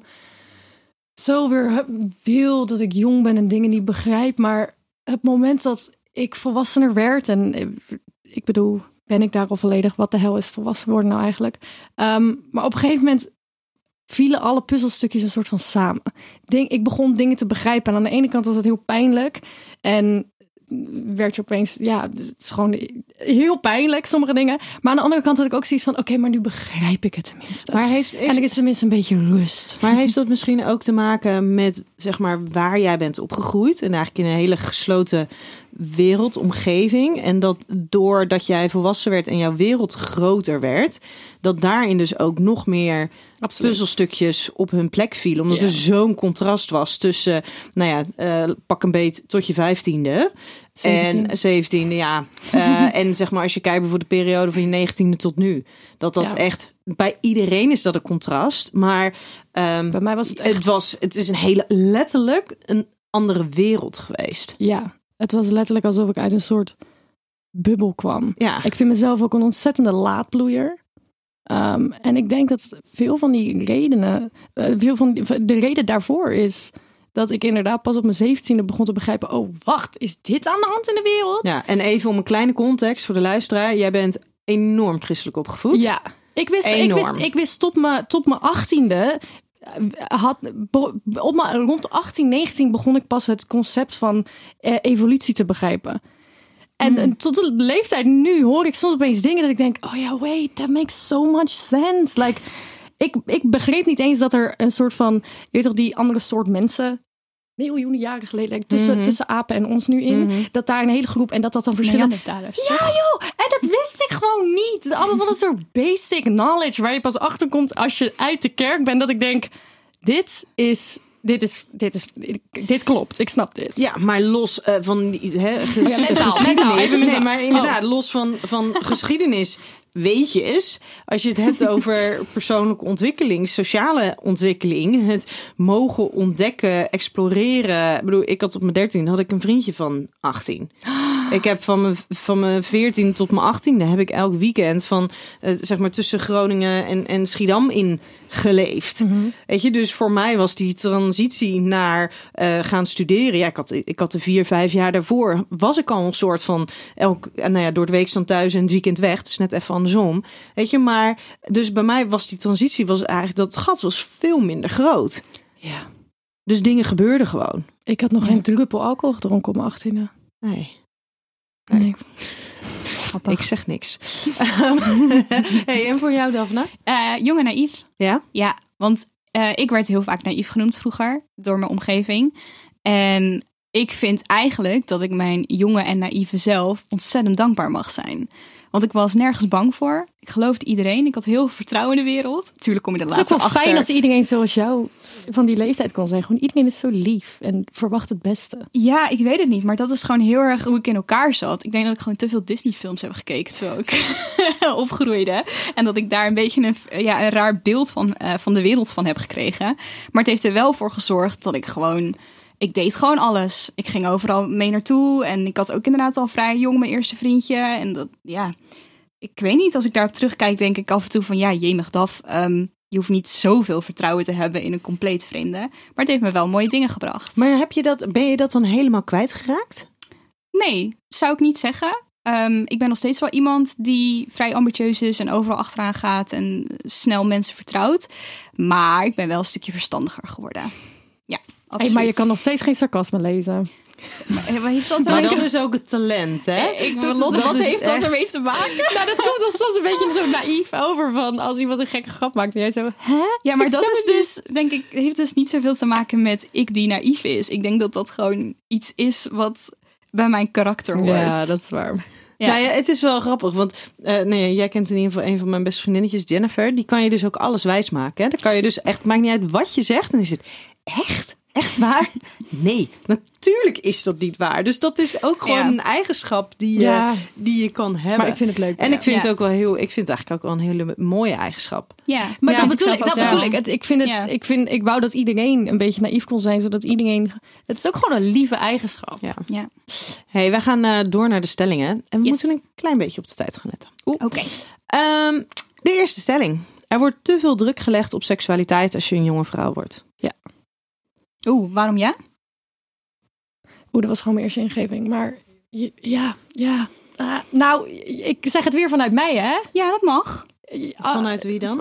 zo weer wil dat ik jong ben en dingen niet begrijp. Maar het moment dat ik volwassener werd, en ik bedoel, ben ik daar al volledig? Wat de hel is volwassen worden nou eigenlijk? Maar op een gegeven moment vielen alle puzzelstukjes een soort van samen. Ik begon dingen te begrijpen. En aan de ene kant was het heel pijnlijk. En werd je opeens... Ja, het is gewoon heel pijnlijk, sommige dingen. Maar aan de andere kant had ik ook zoiets van... Oké, maar nu begrijp ik het tenminste. Maar en ik is tenminste een beetje rust. Maar heeft dat misschien ook te maken met, zeg maar, waar jij bent opgegroeid? En eigenlijk in een hele gesloten wereldomgeving. En dat doordat jij volwassen werd en jouw wereld groter werd, dat daarin dus ook nog meer puzzelstukjes op hun plek vielen. Omdat er zo'n contrast was tussen, pak een beet tot je 15e. 17e. En 17e, ja. En zeg maar, als je kijkt bijvoorbeeld de periode van je 19e tot nu. Dat echt, bij iedereen is dat een contrast. Maar bij mij was het echt... Het is een hele, letterlijk een andere wereld geweest. Ja, het was letterlijk alsof ik uit een soort bubbel kwam. Ja. Ik vind mezelf ook een ontzettende laadbloeier. En ik denk dat veel van die redenen, de reden daarvoor is dat ik inderdaad pas op mijn 17e begon te begrijpen... oh, wacht, is dit aan de hand in de wereld? Ja, en even om een kleine context voor de luisteraar. Jij bent enorm christelijk opgevoed. Ja, ik wist tot mijn 18e... rond 18, 19 begon ik pas het concept van evolutie te begrijpen. En tot de leeftijd nu hoor ik soms opeens dingen dat ik denk... oh ja, wait, that makes so much sense. Like, ik begreep niet eens dat er een soort van... je weet toch, die andere soort mensen... miljoenen jaren geleden, tussen apen en ons nu in... dat daar een hele groep... en dat dan verschillende... Ja, joh! En dat wist ik gewoon niet. Allemaal van een soort basic knowledge... waar je pas achter komt als je uit de kerk bent... dat ik denk, dit klopt. Ik snap dit. Ja, maar los van geschiedenis... maar inderdaad, los van geschiedenis... weet je eens, als je het hebt over persoonlijke ontwikkeling, sociale ontwikkeling, het mogen ontdekken, exploreren. Ik bedoel, ik had op mijn 13 had ik een vriendje van 18. Ik heb van mijn 14 tot mijn 18e heb ik elk weekend van zeg maar tussen Groningen en Schiedam in geleefd. Weet je, dus voor mij was die transitie naar gaan studeren. Ja, ik had de 4-5 jaar daarvoor was ik al een soort van door de week dan thuis en het weekend weg. Dus net even andersom. Weet je, maar dus bij mij was die transitie dat gat was veel minder groot. Ja. Dus dingen gebeurden gewoon. Ik had nog geen druppel alcohol gedronken op mijn 18e. Nee. Grappig. Ik zeg niks. Hey, en voor jou, Daphne? Jong en naïef. Ja? Ja, want ik werd heel vaak naïef genoemd vroeger door mijn omgeving. En ik vind eigenlijk dat ik mijn jonge en naïeve zelf ontzettend dankbaar mag zijn. Want ik was nergens bang voor. Ik geloofde iedereen. Ik had heel veel vertrouwen in de wereld. Tuurlijk kom je er later achter. Het is ook wel fijn als iedereen zoals jou van die leeftijd kon zijn. Gewoon iedereen is zo lief en verwacht het beste. Ja, ik weet het niet. Maar dat is gewoon heel erg hoe ik in elkaar zat. Ik denk dat ik gewoon te veel Disney-films heb gekeken terwijl ik opgroeide. En dat ik daar een beetje een raar beeld van de wereld van heb gekregen. Maar het heeft er wel voor gezorgd dat ik deed gewoon alles. Ik ging overal mee naartoe. En ik had ook inderdaad al vrij jong mijn eerste vriendje. En dat, ja, ik weet niet. Als ik daarop terugkijk, denk ik af en toe van... ja, jemig Daf, je hoeft niet zoveel vertrouwen te hebben in een compleet vreemde. Maar het heeft me wel mooie dingen gebracht. Maar ben je dat dan helemaal kwijtgeraakt? Nee, zou ik niet zeggen. Ik ben nog steeds wel iemand die vrij ambitieus is en overal achteraan gaat en snel mensen vertrouwt. Maar ik ben wel een stukje verstandiger geworden. Ja. Hey, maar je kan nog steeds geen sarcasme lezen. Maar heeft dat maar dat is ook het talent, hè? Wat heeft dat ermee te maken? Nou, dat komt soms een beetje zo naïef over van als iemand een gekke grap maakt en jij zo, hè? Ja, maar dat is dus, denk ik, heeft dus niet zoveel te maken met ik die naïef is. Ik denk dat dat gewoon iets is wat bij mijn karakter hoort. Ja, dat is waar. Ja. Nou ja, het is wel grappig, want jij kent in ieder geval een van mijn beste vriendinnetjes, Jennifer. Die kan je dus ook alles wijsmaken. Hè? Dan kan je dus echt, maakt niet uit wat je zegt. En is het echt? Echt waar? Nee, natuurlijk is dat niet waar. Dus dat is ook gewoon een eigenschap die je kan hebben. Maar ik vind het leuk. En ik vind het ook wel ik vind het eigenlijk ook wel een hele mooie eigenschap. Ja, maar dat bedoel ik. Ik wou dat iedereen een beetje naïef kon zijn, zodat iedereen. Het is ook gewoon een lieve eigenschap. Ja. Hey, wij gaan door naar de stellingen. En we moeten een klein beetje op de tijd gaan letten. Oké. De eerste stelling. Er wordt te veel druk gelegd op seksualiteit als je een jonge vrouw wordt. Ja. Waarom ja? Dat was gewoon mijn eerste ingeving. Maar ja. Nou, ik zeg het weer vanuit mij, hè? Ja, dat mag. Vanuit wie dan?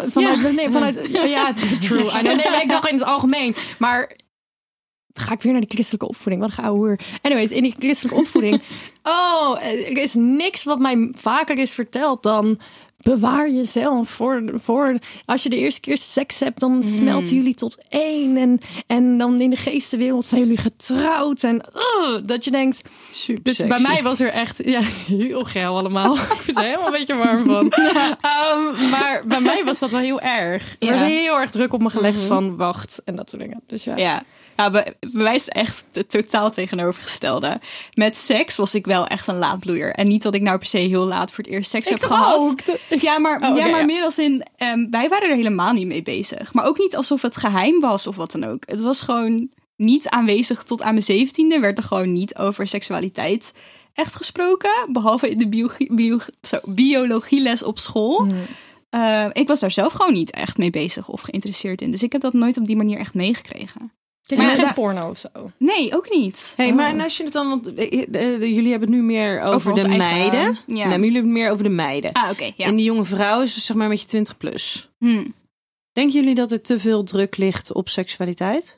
True. Nee, ik dacht in het algemeen. Maar ga ik weer naar die christelijke opvoeding. Wat een ouwe hoer. Anyways, in die christelijke opvoeding. Er is niks wat mij vaker is verteld dan... bewaar jezelf voor als je de eerste keer seks hebt, dan smelten jullie tot één. En dan in de geestenwereld zijn jullie getrouwd. En dat je denkt... Super dus sexy. bij mij was er echt... Ja, heel geil allemaal. Ik vind er helemaal een beetje warm van. Maar bij mij was dat wel heel erg. Er was heel erg druk op me gelegd van wacht en dat soort dingen. Dus ja. Ja, bij mij is echt het totaal tegenovergestelde. Met seks was ik wel echt een laatbloeier. En niet dat ik nou per se heel laat voor het eerst seks heb gehad. Ook. Ja, maar meer als in... wij waren er helemaal niet mee bezig. Maar ook niet alsof het geheim was of wat dan ook. Het was gewoon niet aanwezig tot aan mijn 17e. Werd er gewoon niet over seksualiteit echt gesproken. Behalve in de biologieles op school. Ik was daar zelf gewoon niet echt mee bezig of geïnteresseerd in. Dus ik heb dat nooit op die manier echt meegekregen. Kijk je geen porno of zo? Nee, ook niet. Hey, maar en als je het dan, want jullie hebben het nu meer over de meiden. Ja. Nee, maar jullie hebben het meer over de meiden. Oké. Ja. En die jonge vrouw is dus zeg maar met je 20 plus. Denken jullie dat er te veel druk ligt op seksualiteit?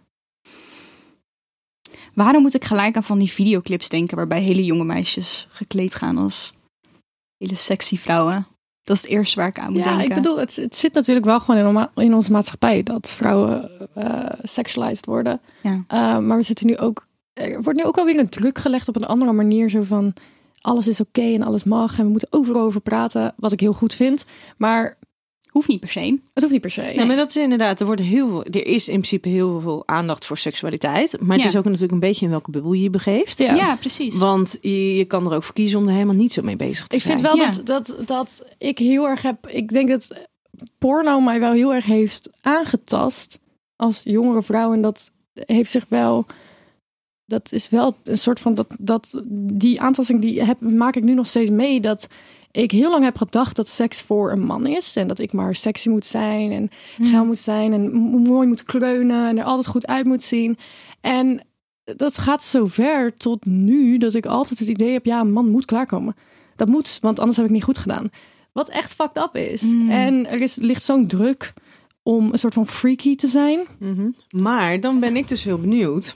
Waarom moet ik gelijk aan van die videoclips denken waarbij hele jonge meisjes gekleed gaan als hele sexy vrouwen? Dat is het eerste waar ik aan moet denken. Ja, ik bedoel, het zit natuurlijk wel gewoon in onze maatschappij dat vrouwen sexualized worden. Ja. Maar we zitten nu ook, er wordt nu ook alweer een druk gelegd op een andere manier. Zo van, alles is oké en alles mag en we moeten overal over praten. Wat ik heel goed vind, maar hoeft niet per se. Het hoeft niet per se. Nee, maar dat is inderdaad, er is in principe heel veel aandacht voor seksualiteit. Maar het is ook natuurlijk een beetje in welke bubbel je je begeeft. Ja, precies. Want je kan er ook voor kiezen om er helemaal niet zo mee bezig te zijn. Ik vind wel dat ik heel erg heb... Ik denk dat porno mij wel heel erg heeft aangetast als jongere vrouw. En dat heeft zich wel... Dat is wel een soort van... Die aantasting maak ik nu nog steeds mee. Dat ik heel lang heb gedacht dat seks voor een man is. En dat ik maar sexy moet zijn. En geil moet zijn. En mooi moet kleunen. En er altijd goed uit moet zien. En dat gaat zo ver tot nu. Dat ik altijd het idee heb. Ja, een man moet klaarkomen. Dat moet. Want anders heb ik niet goed gedaan. Wat echt fucked up is. En ligt zo'n druk om een soort van freaky te zijn. Maar dan ben ik dus heel benieuwd.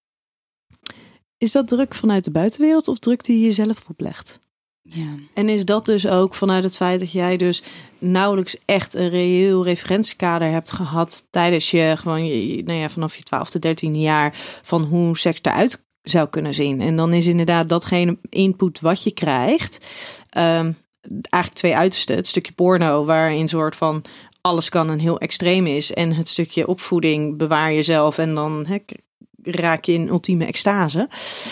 Is dat druk vanuit de buitenwereld of druk die je jezelf oplegt? Ja. En is dat dus ook vanuit het feit dat jij dus nauwelijks echt een reëel referentiekader hebt gehad tijdens je gewoon vanaf je 12e, 13e jaar van hoe seks eruit zou kunnen zien? En dan is inderdaad datgene input wat je krijgt, eigenlijk twee uitersten. Het stukje porno waarin soort van alles kan en heel extreem is, en het stukje opvoeding bewaar jezelf en dan raak je in ultieme extase.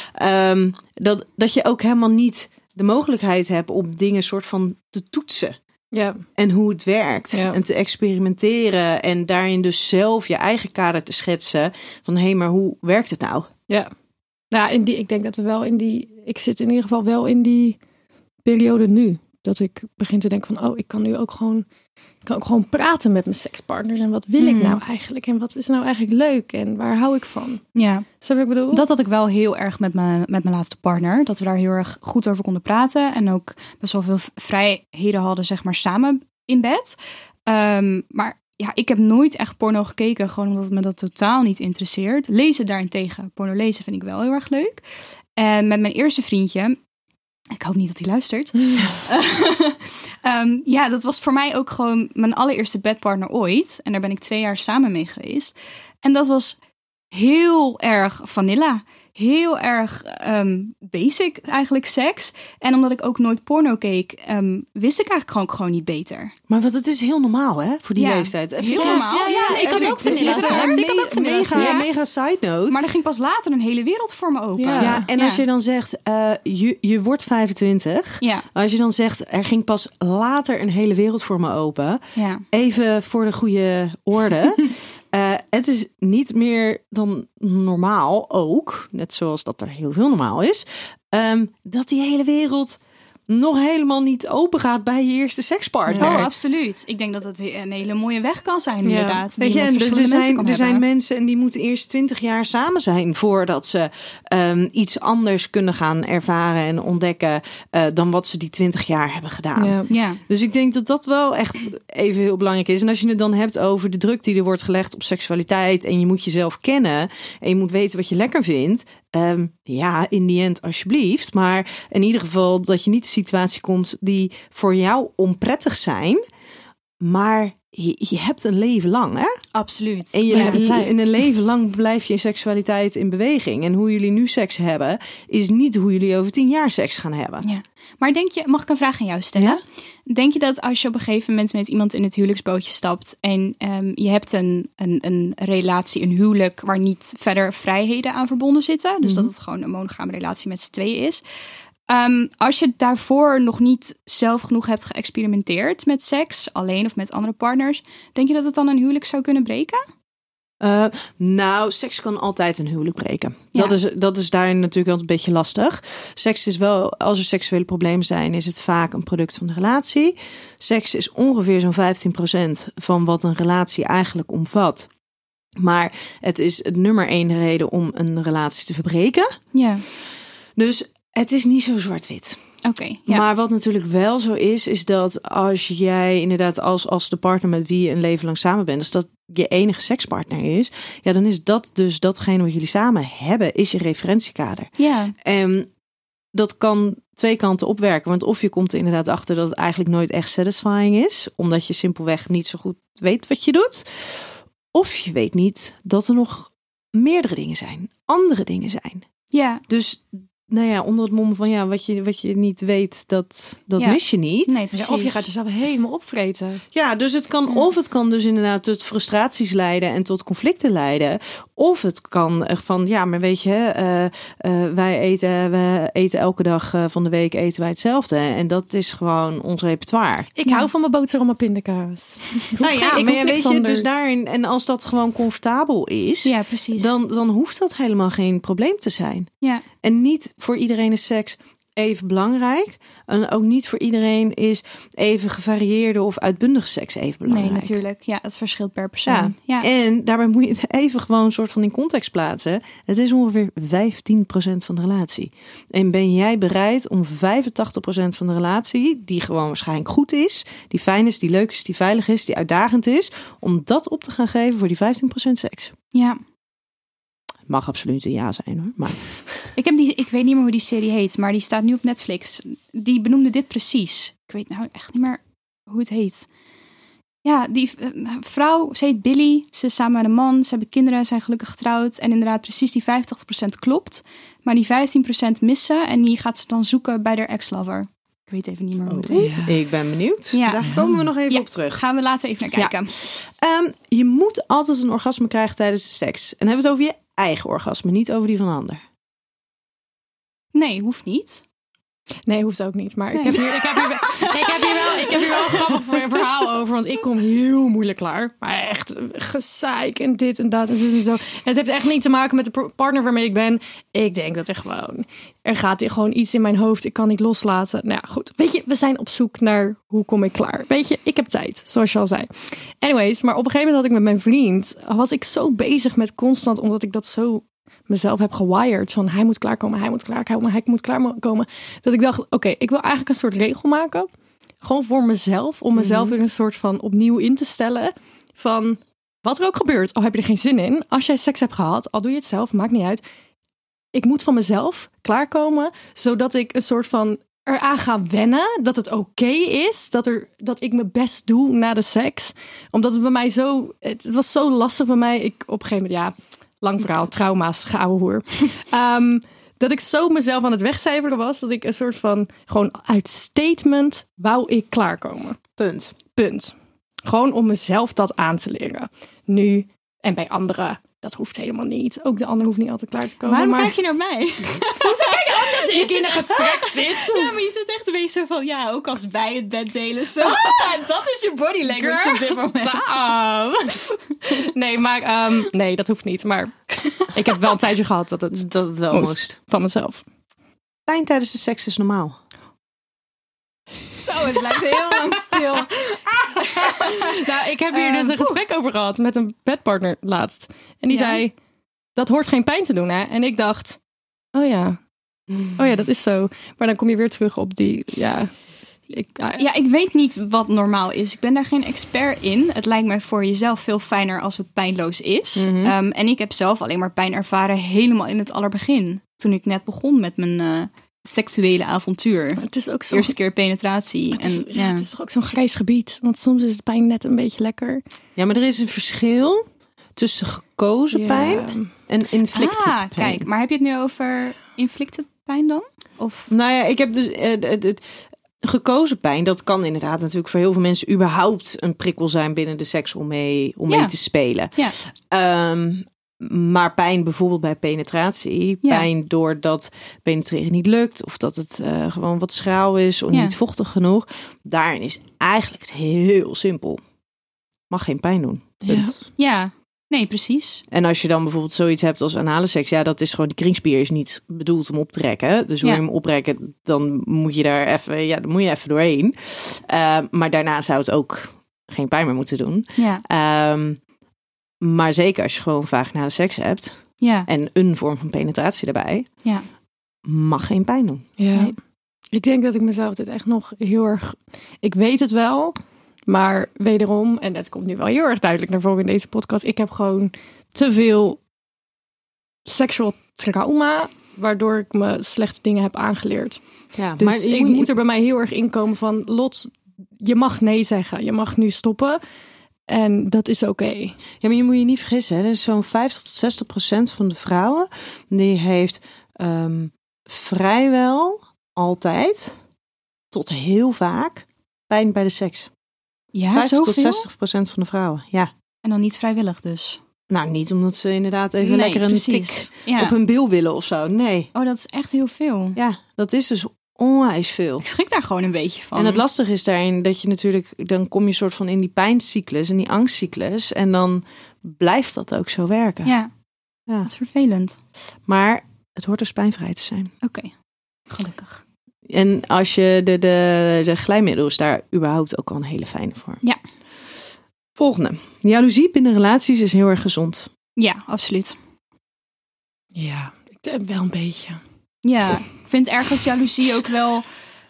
Dat je ook helemaal niet de mogelijkheid hebt om dingen soort van te toetsen. Ja. En hoe het werkt. Ja. En te experimenteren. En daarin dus zelf je eigen kader te schetsen. Van hé, maar hoe werkt het nou? Ja. Nou, ik denk dat we wel ik zit in ieder geval wel in die periode nu. Dat ik begin te denken van, ik kan nu ook gewoon praten met mijn sekspartners. En wat wil ik nou eigenlijk? En wat is nou eigenlijk leuk? En waar hou ik van? Ja. Zo heb ik bedoeld. Dat had ik wel heel erg met mijn laatste partner. Dat we daar heel erg goed over konden praten. En ook best wel veel vrijheden hadden, zeg maar, samen in bed. Maar ja, ik heb nooit echt porno gekeken. Gewoon omdat me dat totaal niet interesseert. Lezen daarentegen. Porno lezen vind ik wel heel erg leuk. En met mijn eerste vriendje... Ik hoop niet dat hij luistert. Dat was voor mij ook gewoon mijn allereerste bedpartner ooit. En daar ben ik 2 jaar samen mee geweest. En dat was heel erg vanilla. Heel erg basic eigenlijk seks. En omdat ik ook nooit porno keek, wist ik eigenlijk gewoon niet beter. Maar wat het is heel normaal, hè? Voor die leeftijd. Heel normaal. Ja, ik had ook vanilla. Mega side note. Maar er ging pas later een hele wereld voor me open. Ja, en als je dan zegt, je wordt 25. Ja. Als je dan zegt, er ging pas later een hele wereld voor me open. Ja. Even voor de goede orde. Het is niet meer dan normaal ook, net zoals dat er heel veel normaal is, dat die hele wereld nog helemaal niet open gaat bij je eerste sekspartner. Oh, absoluut. Ik denk dat het een hele mooie weg kan zijn, inderdaad. Weet je, er zijn mensen en die moeten eerst 20 jaar samen zijn voordat ze iets anders kunnen gaan ervaren en ontdekken dan wat ze die 20 jaar hebben gedaan. Ja. Dus ik denk dat dat wel echt even heel belangrijk is. En als je het dan hebt over de druk die er wordt gelegd op seksualiteit en je moet jezelf kennen en je moet weten wat je lekker vindt. In die end alsjeblieft. Maar in ieder geval dat je niet de situatie komt die voor jou onprettig zijn. Maar je hebt een leven lang, hè? Absoluut. En in een leven lang blijf je seksualiteit in beweging. En hoe jullie nu seks hebben, is niet hoe jullie over 10 jaar seks gaan hebben. Ja. Maar mag ik een vraag aan jou stellen? Ja? Denk je dat als je op een gegeven moment met iemand in het huwelijksbootje stapt en je hebt een relatie, een huwelijk waar niet verder vrijheden aan verbonden zitten, dus dat het gewoon een monogame relatie met z'n tweeën is. Als je daarvoor nog niet zelf genoeg hebt geëxperimenteerd met seks, alleen of met andere partners, denk je dat het dan een huwelijk zou kunnen breken? Seks kan altijd een huwelijk breken. Ja. Dat is daar natuurlijk wel een beetje lastig. Seks is wel, als er seksuele problemen zijn, is het vaak een product van de relatie. Seks is ongeveer zo'n 15% van wat een relatie eigenlijk omvat. Maar het is het nummer 1 reden om een relatie te verbreken. Ja. Dus het is niet zo zwart-wit. Oké. Ja. Maar wat natuurlijk wel zo is dat als jij inderdaad als de partner met wie je een leven lang samen bent, dus dat je enige sekspartner is, ja, dan is dat dus datgene wat jullie samen hebben, is je referentiekader. Ja. En dat kan 2 kanten opwerken. Want of je komt er inderdaad achter dat het eigenlijk nooit echt satisfying is, omdat je simpelweg niet zo goed weet wat je doet. Of je weet niet dat er nog meerdere dingen zijn, andere dingen zijn. Ja. Dus nou ja, onder het mom van ja, wat je niet weet, dat mis je niet. Nee, precies. Of je gaat jezelf helemaal opvreten. Ja, dus het kan dus inderdaad tot frustraties leiden en tot conflicten leiden. Of het kan van, ja, maar weet je, we eten elke dag van de week eten wij hetzelfde. En dat is gewoon ons repertoire. Ik hou van mijn boterham en pindakaas. Nou ja, maar weet je, dus daarin, en als dat gewoon comfortabel is, ja, precies. Dan hoeft dat helemaal geen probleem te zijn. Ja. En niet voor iedereen is seks even belangrijk. En ook niet voor iedereen is even gevarieerde of uitbundige seks even belangrijk. Nee, natuurlijk. Ja, het verschilt per persoon. Ja. En daarbij moet je het even gewoon een soort van in context plaatsen. Het is ongeveer 15% van de relatie. En ben jij bereid om 85% van de relatie, die gewoon waarschijnlijk goed is, die fijn is, die leuk is, die veilig is, die uitdagend is, om dat op te gaan geven voor die 15% seks? Ja. Mag absoluut een ja zijn hoor. Maar Ik weet niet meer hoe die serie heet, maar die staat nu op Netflix. Die benoemde dit precies. Ik weet nou echt niet meer hoe het heet. Ja, die vrouw, ze heet Billy. Ze is samen met een man. Ze hebben kinderen, zijn gelukkig getrouwd. En inderdaad, precies die 85% klopt. Maar die 15% missen. En die gaat ze dan zoeken bij haar ex-lover. Ik weet even niet meer hoe het heet. Ik ben benieuwd. Ja. Daar komen we nog even op terug. Gaan we later even naar kijken. Ja. Je moet altijd een orgasme krijgen tijdens de seks. En dan hebben we het over je eigen orgasme, niet over die van een ander. Nee, hoeft niet. Nee, hoeft ook niet. Maar ik heb hier wel een grappig verhaal over. Want ik kom heel moeilijk klaar. Maar echt gezeik en dit en dat en zo en zo. En het heeft echt niet te maken met de partner waarmee ik ben. Ik denk dat er gaat gewoon iets in mijn hoofd. Ik kan niet loslaten. Nou ja, goed. Weet je, we zijn op zoek naar hoe kom ik klaar. Weet je, ik heb tijd, zoals je al zei. Anyways, maar op een gegeven moment had ik met mijn vriend, was ik zo bezig met constant, omdat ik dat zo mezelf heb gewired van hij moet klaarkomen, hij moet klaarkomen. Dat ik dacht, oké, ik wil eigenlijk een soort regel maken. Gewoon voor mezelf. Om mezelf weer een soort van opnieuw in te stellen. Van wat er ook gebeurt. Al heb je er geen zin in. Als jij seks hebt gehad, al doe je het zelf, maakt niet uit. Ik moet van mezelf klaarkomen. Zodat ik een soort van eraan ga wennen. Dat het oké is. Dat ik mijn best doe na de seks. Omdat het bij mij het was zo lastig bij mij. Ik op een gegeven moment, lang verhaal, trauma's, geouwe hoer. Dat ik zo mezelf aan het wegcijferen was. Dat ik een soort van, gewoon uit statement, wou ik klaarkomen. Punt. Gewoon om mezelf dat aan te leren. Nu, en bij anderen, dat hoeft helemaal niet. Ook de ander hoeft niet altijd klaar te komen. Waarom kijk je naar mij? Hoezo kijk je omdat ik in een gesprek zit? Ja, maar je zit echt een beetje zo van, ja, ook als wij het bed delen. Zo. Dat is je body language Girl, op dit moment. Nee, maar nee, dat hoeft niet. Maar ik heb wel een tijdje gehad dat het wel moest. Van mezelf. Pijn tijdens de seks is normaal. Zo, het blijft heel lang stil. Nou, ik heb hier dus een gesprek over gehad met een bedpartner laatst. En die zei, dat hoort geen pijn te doen, hè? En ik dacht, oh ja, dat is zo. Maar dan kom je weer terug op die, ik weet niet wat normaal is. Ik ben daar geen expert in. Het lijkt mij voor jezelf veel fijner als het pijnloos is. Mm-hmm. En ik heb zelf alleen maar pijn ervaren helemaal in het allerbegin. Toen ik net begon met mijn seksuele avontuur. Het is ook zo. Eerste keer penetratie. Het is toch ook zo'n grijs gebied. Want soms is de pijn net een beetje lekker. Ja, maar er is een verschil tussen gekozen pijn en inflicted pijn. Kijk, maar heb je het nu over inflicted pijn dan? Of? Nou ja, ik heb dus gekozen pijn. Dat kan inderdaad natuurlijk voor heel veel mensen überhaupt een prikkel zijn binnen de seks om mee te spelen. Ja. Maar pijn bijvoorbeeld bij penetratie. Pijn doordat penetreren niet lukt. Of dat het gewoon wat schraal is of niet vochtig genoeg. Daarin is eigenlijk het heel simpel. Mag geen pijn doen. Punt. Ja, nee, precies. En als je dan bijvoorbeeld zoiets hebt als anale seks. Ja, dat is gewoon, die kringspier is niet bedoeld om op te rekken. Dus wil je hem oprekken, dan moet je daar even doorheen. Maar daarna zou het ook geen pijn meer moeten doen. Ja. Maar zeker als je gewoon vaginale seks hebt en een vorm van penetratie daarbij, mag geen pijn doen. Ja. Nee. Ik denk dat ik mezelf dit echt nog heel erg... Ik weet het wel, maar wederom, en dat komt nu wel heel erg duidelijk naar voren in deze podcast, ik heb gewoon te veel sexual trauma, waardoor ik me slechte dingen heb aangeleerd. Ja, dus maar ik moet er bij mij heel erg inkomen van, Lot, je mag nee zeggen. Je mag nu stoppen. En dat is oké. Ja, maar je moet je niet vergissen. Hè? Er is zo'n 50-60% van de vrouwen die heeft vrijwel altijd tot heel vaak pijn bij de seks. Ja, 50-60% van de vrouwen. Ja. En dan niet vrijwillig dus? Nou, niet omdat ze inderdaad even lekker een tik op hun bil willen of zo. Nee. Oh, dat is echt heel veel. Ja, dat is dus onwijs veel. Ik schrik daar gewoon een beetje van. En het lastige is daarin dat je natuurlijk, dan kom je soort van in die pijncyclus en die angstcyclus. En dan blijft dat ook zo werken. Ja. Dat is vervelend. Maar het hoort dus pijnvrij te zijn. Oké, gelukkig. En als je de glijmiddel is daar überhaupt ook al een hele fijne voor. Ja. Volgende. Jaloezie binnen relaties is heel erg gezond. Ja, absoluut. Ja, ik denk wel een beetje. Ja, ik vind ergens jaloezie ook wel...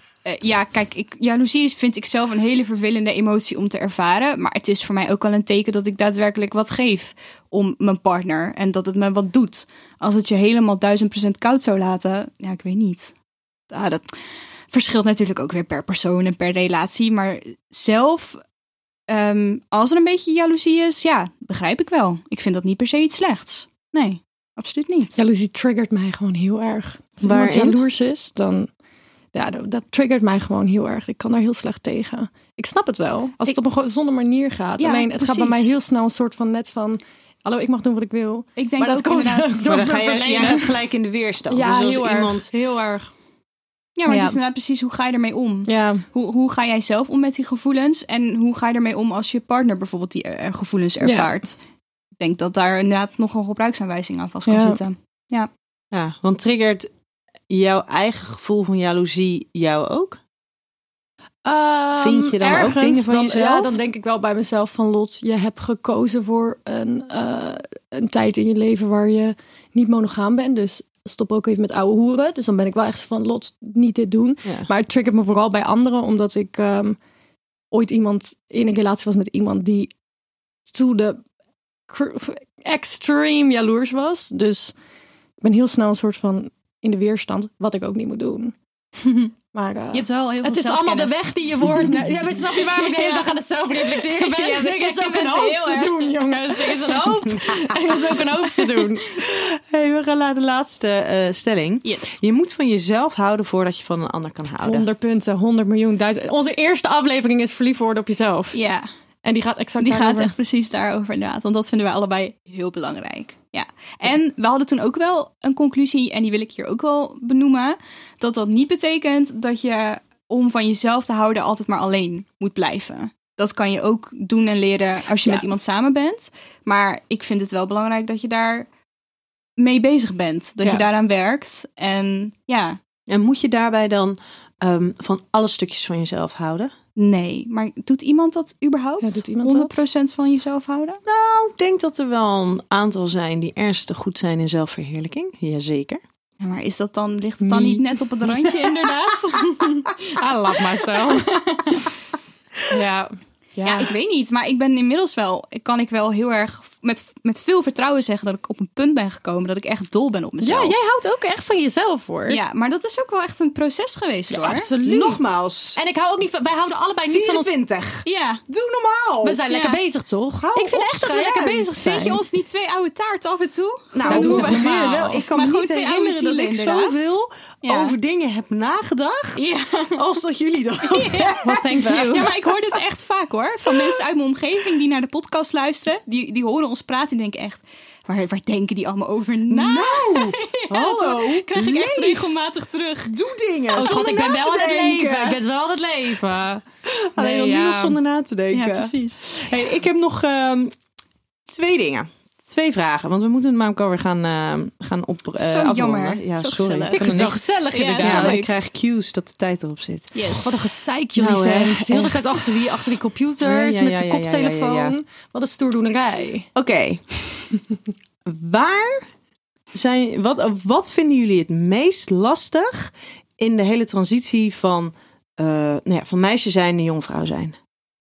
jaloezie vind ik zelf een hele vervelende emotie om te ervaren. Maar het is voor mij ook wel een teken dat ik daadwerkelijk wat geef om mijn partner. En dat het me wat doet. Als het je helemaal 1000% koud zou laten, ja, ik weet niet. Dat verschilt natuurlijk ook weer per persoon en per relatie. Maar zelf, als er een beetje jaloezie is, ja, begrijp ik wel. Ik vind dat niet per se iets slechts. Nee, absoluut niet. Jaloezie triggert mij gewoon heel erg. Als iemand jaloers is, dan... Ja, dat triggert mij gewoon heel erg. Ik kan daar heel slecht tegen. Ik snap het wel. Als het op een gezonde manier gaat. Ja, alleen, het gaat bij mij heel snel een soort van net van... Hallo, ik mag doen wat ik wil. Ik denk dat komt inderdaad... Maar dan ga je gaat gelijk in de weerstand. Ja, dus als heel iemand... erg. Heel erg. Ja, maar het is inderdaad precies, hoe ga je ermee om? Ja. Hoe ga jij zelf om met die gevoelens? En hoe ga je ermee om als je partner bijvoorbeeld die gevoelens ervaart? Ja. Ik denk dat daar inderdaad nog een gebruiksaanwijzing aan vast kan zitten. Ja, want triggert jouw eigen gevoel van jaloezie jou ook? Vind je dan ook dingen van jezelf? Ja, dan denk ik wel bij mezelf van Lot, je hebt gekozen voor een tijd in je leven waar je niet monogaam bent. Dus stop ook even met ouwe hoeren. Dus dan ben ik wel echt van Lot, niet dit doen. Ja. Maar het triggert me vooral bij anderen, omdat ik ooit iemand in een relatie was met iemand die to the extreme jaloers was. Dus ik ben heel snel een soort van in de weerstand, wat ik ook niet moet doen. Maar je hebt wel heel veel het is allemaal de weg die je wordt. Ja, maar snap je waarom ik de hele dag aan het zelfreflecteren ben? Ja, er is ook een hoop te doen, jongens. Er is een hoop. Er is ook een hoop te doen. Hey, we gaan naar de laatste stelling. Yes. Je moet van jezelf houden voordat je van een ander kan houden. 100 punten, 100 miljoen, 1000. Onze eerste aflevering is verliefd worden op jezelf. Ja. En die gaat exact Die daarover. gaat echt precies daarover inderdaad. Want dat vinden wij allebei heel belangrijk. Ja. En we hadden toen ook wel een conclusie, en die wil ik hier ook wel benoemen. Dat niet betekent dat je, om van jezelf te houden, altijd maar alleen moet blijven. Dat kan je ook doen en leren als je met iemand samen bent. Maar ik vind het wel belangrijk dat je daar mee bezig bent. Dat je daaraan werkt. En ja. En moet je daarbij dan van alle stukjes van jezelf houden? Nee, maar doet iemand dat überhaupt? Ja, doet iemand 100% van jezelf houden? Nou, ik denk dat er wel een aantal zijn die ernstig goed zijn in zelfverheerlijking. Jazeker. Ja, maar ligt het dan niet net op het randje inderdaad? I love myself. Ja, ik weet niet. Maar ik ben inmiddels kan ik wel heel erg met veel vertrouwen zeggen dat ik op een punt ben gekomen dat ik echt dol ben op mezelf. Ja, jij houdt ook echt van jezelf, hoor. Ja, maar dat is ook wel echt een proces geweest, hoor. Absoluut. Nogmaals. En ik hou ook niet van, wij houden allebei niet van ons. 24. Ja. Doe normaal. We zijn lekker bezig, toch? Ik vind echt dat we lekker bezig zijn. Vind je ons niet 2 oude taarten af en toe? Nou, doe we normaal. wel. Ik kan me niet herinneren dat ik zoveel over dingen heb nagedacht als dat jullie dat Well, thank you. Ja, maar ik hoor dit echt vaak, hoor. Van mensen uit mijn omgeving die naar de podcast luisteren. Die horen ons praten en denken echt, waar denken die allemaal over na? Nou, hallo. Krijg ik echt regelmatig terug. Doe dingen. Oh schat, ik ben wel aan het leven. Ik ben wel aan het leven. Alleen nu nog zonder na te denken. Ja, precies. Hey, ik heb nog 2 dingen. 2 vragen, want we moeten het namelijk alweer gaan op afronden. Jammer. Ja, Zo sorry. gezellig. Ik vind het wel gezellig inderdaad. Ja, maar ik krijg cues dat de tijd erop zit. Yes. Wat een gezeik jullie Nou, vent. Heel de echt. tijd achter die computers met zijn koptelefoon. Ja. Wat een stoerdoenerij. Oké. Wat vinden jullie het meest lastig in de hele transitie van meisje zijn en jongvrouw zijn?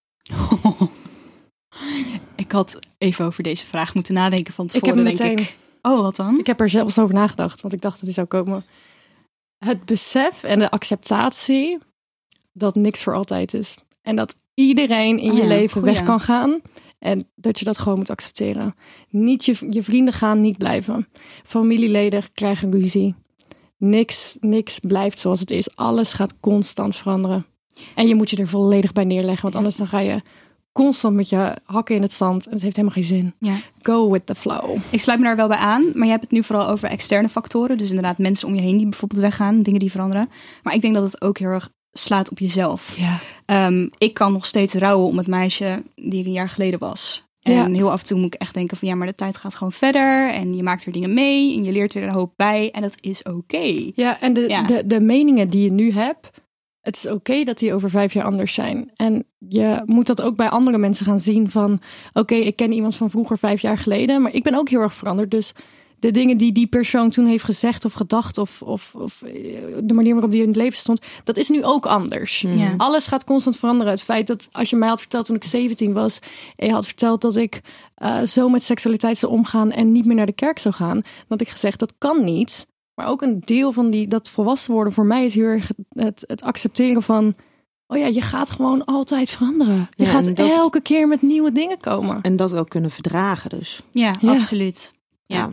Ik had even over deze vraag moeten nadenken van Ik tevoren, heb hem denk meteen. ik. Oh, wat dan? Ik heb er zelfs over nagedacht, want ik dacht dat die zou komen. Het besef en de acceptatie dat niks voor altijd is. En dat iedereen in je leven goeie. weg kan gaan. En dat je dat gewoon moet accepteren. Niet je vrienden gaan niet blijven. Familieleden krijgen ruzie. Niks blijft zoals het is. Alles gaat constant veranderen. En je moet je er volledig bij neerleggen. Want anders dan ga je constant met je hakken in het zand. En het heeft helemaal geen zin. Ja. Go with the flow. Ik sluit me daar wel bij aan, maar je hebt het nu vooral over externe factoren. Dus inderdaad mensen om je heen die bijvoorbeeld weggaan, dingen die veranderen. Maar ik denk dat het ook heel erg slaat op jezelf. Ja. Ik kan nog steeds rouwen om het meisje die ik een jaar geleden was. En heel af en toe moet ik echt denken van maar de tijd gaat gewoon verder. En je maakt weer dingen mee en je leert weer een hoop bij. En dat is oké. Ja, en de meningen die je nu hebt, het is oké dat die over 5 jaar anders zijn. En je moet dat ook bij andere mensen gaan zien van oké, ik ken iemand van vroeger 5 jaar geleden, maar ik ben ook heel erg veranderd. Dus de dingen die die persoon toen heeft gezegd of gedacht of de manier waarop die in het leven stond, dat is nu ook anders. Ja. Alles gaat constant veranderen. Het feit dat als je mij had verteld toen ik 17 was en je had verteld dat ik zo met seksualiteit zou omgaan en niet meer naar de kerk zou gaan, dan had ik gezegd dat kan niet. Maar ook een deel van dat volwassen worden voor mij is heel erg het accepteren van oh ja, je gaat gewoon altijd veranderen. Je gaat elke keer met nieuwe dingen komen. En dat ook kunnen verdragen dus. Ja, absoluut. Ja.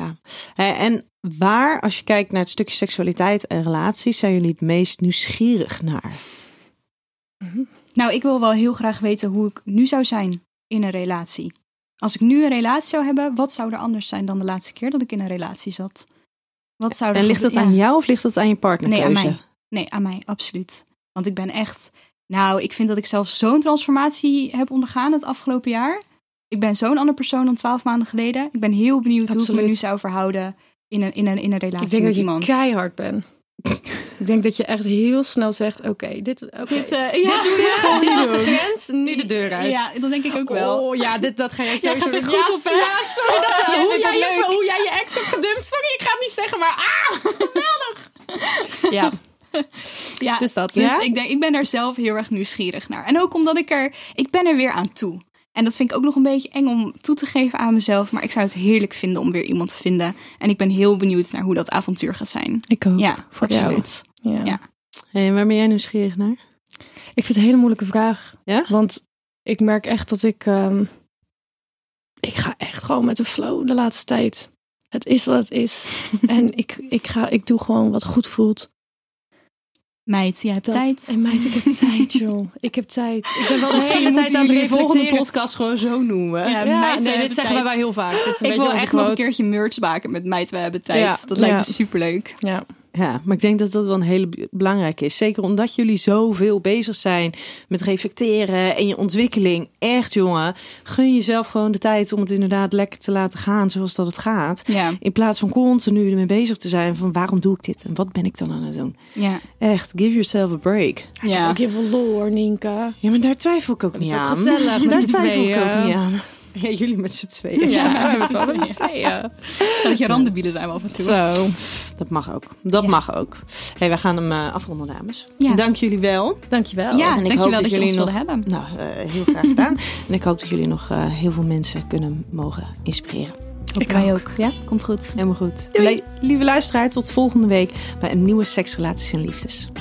En waar, als je kijkt naar het stukje seksualiteit en relaties, zijn jullie het meest nieuwsgierig naar? Nou, ik wil wel heel graag weten hoe ik nu zou zijn in een relatie. Als ik nu een relatie zou hebben, wat zou er anders zijn dan de laatste keer dat ik in een relatie zat? Wat zou er ligt dat aan jou of ligt dat aan je partnerkeuze? Nee, aan mij. Nee, aan mij, absoluut. Want ik ben echt... Nou, ik vind dat ik zelf zo'n transformatie heb ondergaan het afgelopen jaar. Ik ben zo'n andere persoon dan 12 maanden geleden. Ik ben heel benieuwd hoe ik me nu zou verhouden in een relatie ik denk met dat iemand. Je keihard bent. Ik denk dat je echt heel snel zegt, dit was de grens, nu de deur uit. Ja, dat denk ik ook wel. Oh ja, dat ga je sowieso gaat er goed op, hè? Ja, sorry, hoe jij je ex hebt gedumpt. Sorry, ik ga het niet zeggen, maar geweldig. Ja. Ja, dus dat. Dus ik ben daar zelf heel erg nieuwsgierig naar. En ook omdat ik ben er weer aan toe. En dat vind ik ook nog een beetje eng om toe te geven aan mezelf. Maar ik zou het heerlijk vinden om weer iemand te vinden. En ik ben heel benieuwd naar hoe dat avontuur gaat zijn. Ik ook. Ja, absoluut. Ja. En waar ben jij nieuwsgierig naar? Ik vind het een hele moeilijke vraag. Ja? Want ik merk echt dat ik ga echt gewoon met de flow de laatste tijd. Het is wat het is. En ik doe gewoon wat goed voelt. Meid, jij hebt tijd. En meid, ik heb tijd, joh. Ik heb tijd. Ik ben wel de hele tijd aan het de volgende reflecteren. podcast gewoon zo noemen. Ja, Ja, meid, dit zeggen wij wel heel vaak. Ik wil echt nog een keertje merch maken met meid, wij hebben tijd. Ja. Dat lijkt me superleuk. Ja. Ja, maar ik denk dat dat wel een hele belangrijke is. Zeker omdat jullie zoveel bezig zijn met reflecteren en je ontwikkeling. Echt, jongen, gun jezelf gewoon de tijd om het inderdaad lekker te laten gaan zoals dat het gaat. Ja. In plaats van continu ermee bezig te zijn van waarom doe ik dit en wat ben ik dan aan het doen. Ja. Echt, give yourself a break. Ik heb ook heel veel lol, hoor, Nienke. Ja, maar daar twijfel ik ook Het niet is ook aan. gezellig met Daar z'n twijfel ik tweeën. ook niet aan. Ja, jullie met z'n tweeën. Ja, we hebben met het z'n wel met z'n tweeën. Stelletje randenbielen zijn we af en toe. Zo. Dat mag ook. Dat mag ook. Hey, wij gaan hem afronden, dames. Ja. Dank jullie wel. Dankjewel. Ja, En ik dankjewel hoop dat dat je ons jullie wilde hebben. Nou, heel graag gedaan. En ik hoop dat jullie nog heel veel mensen kunnen mogen inspireren. Ik wij ook. Ja, komt goed. Helemaal goed. Lieve luisteraar, tot volgende week bij een nieuwe Seks, Relaties en Liefdes.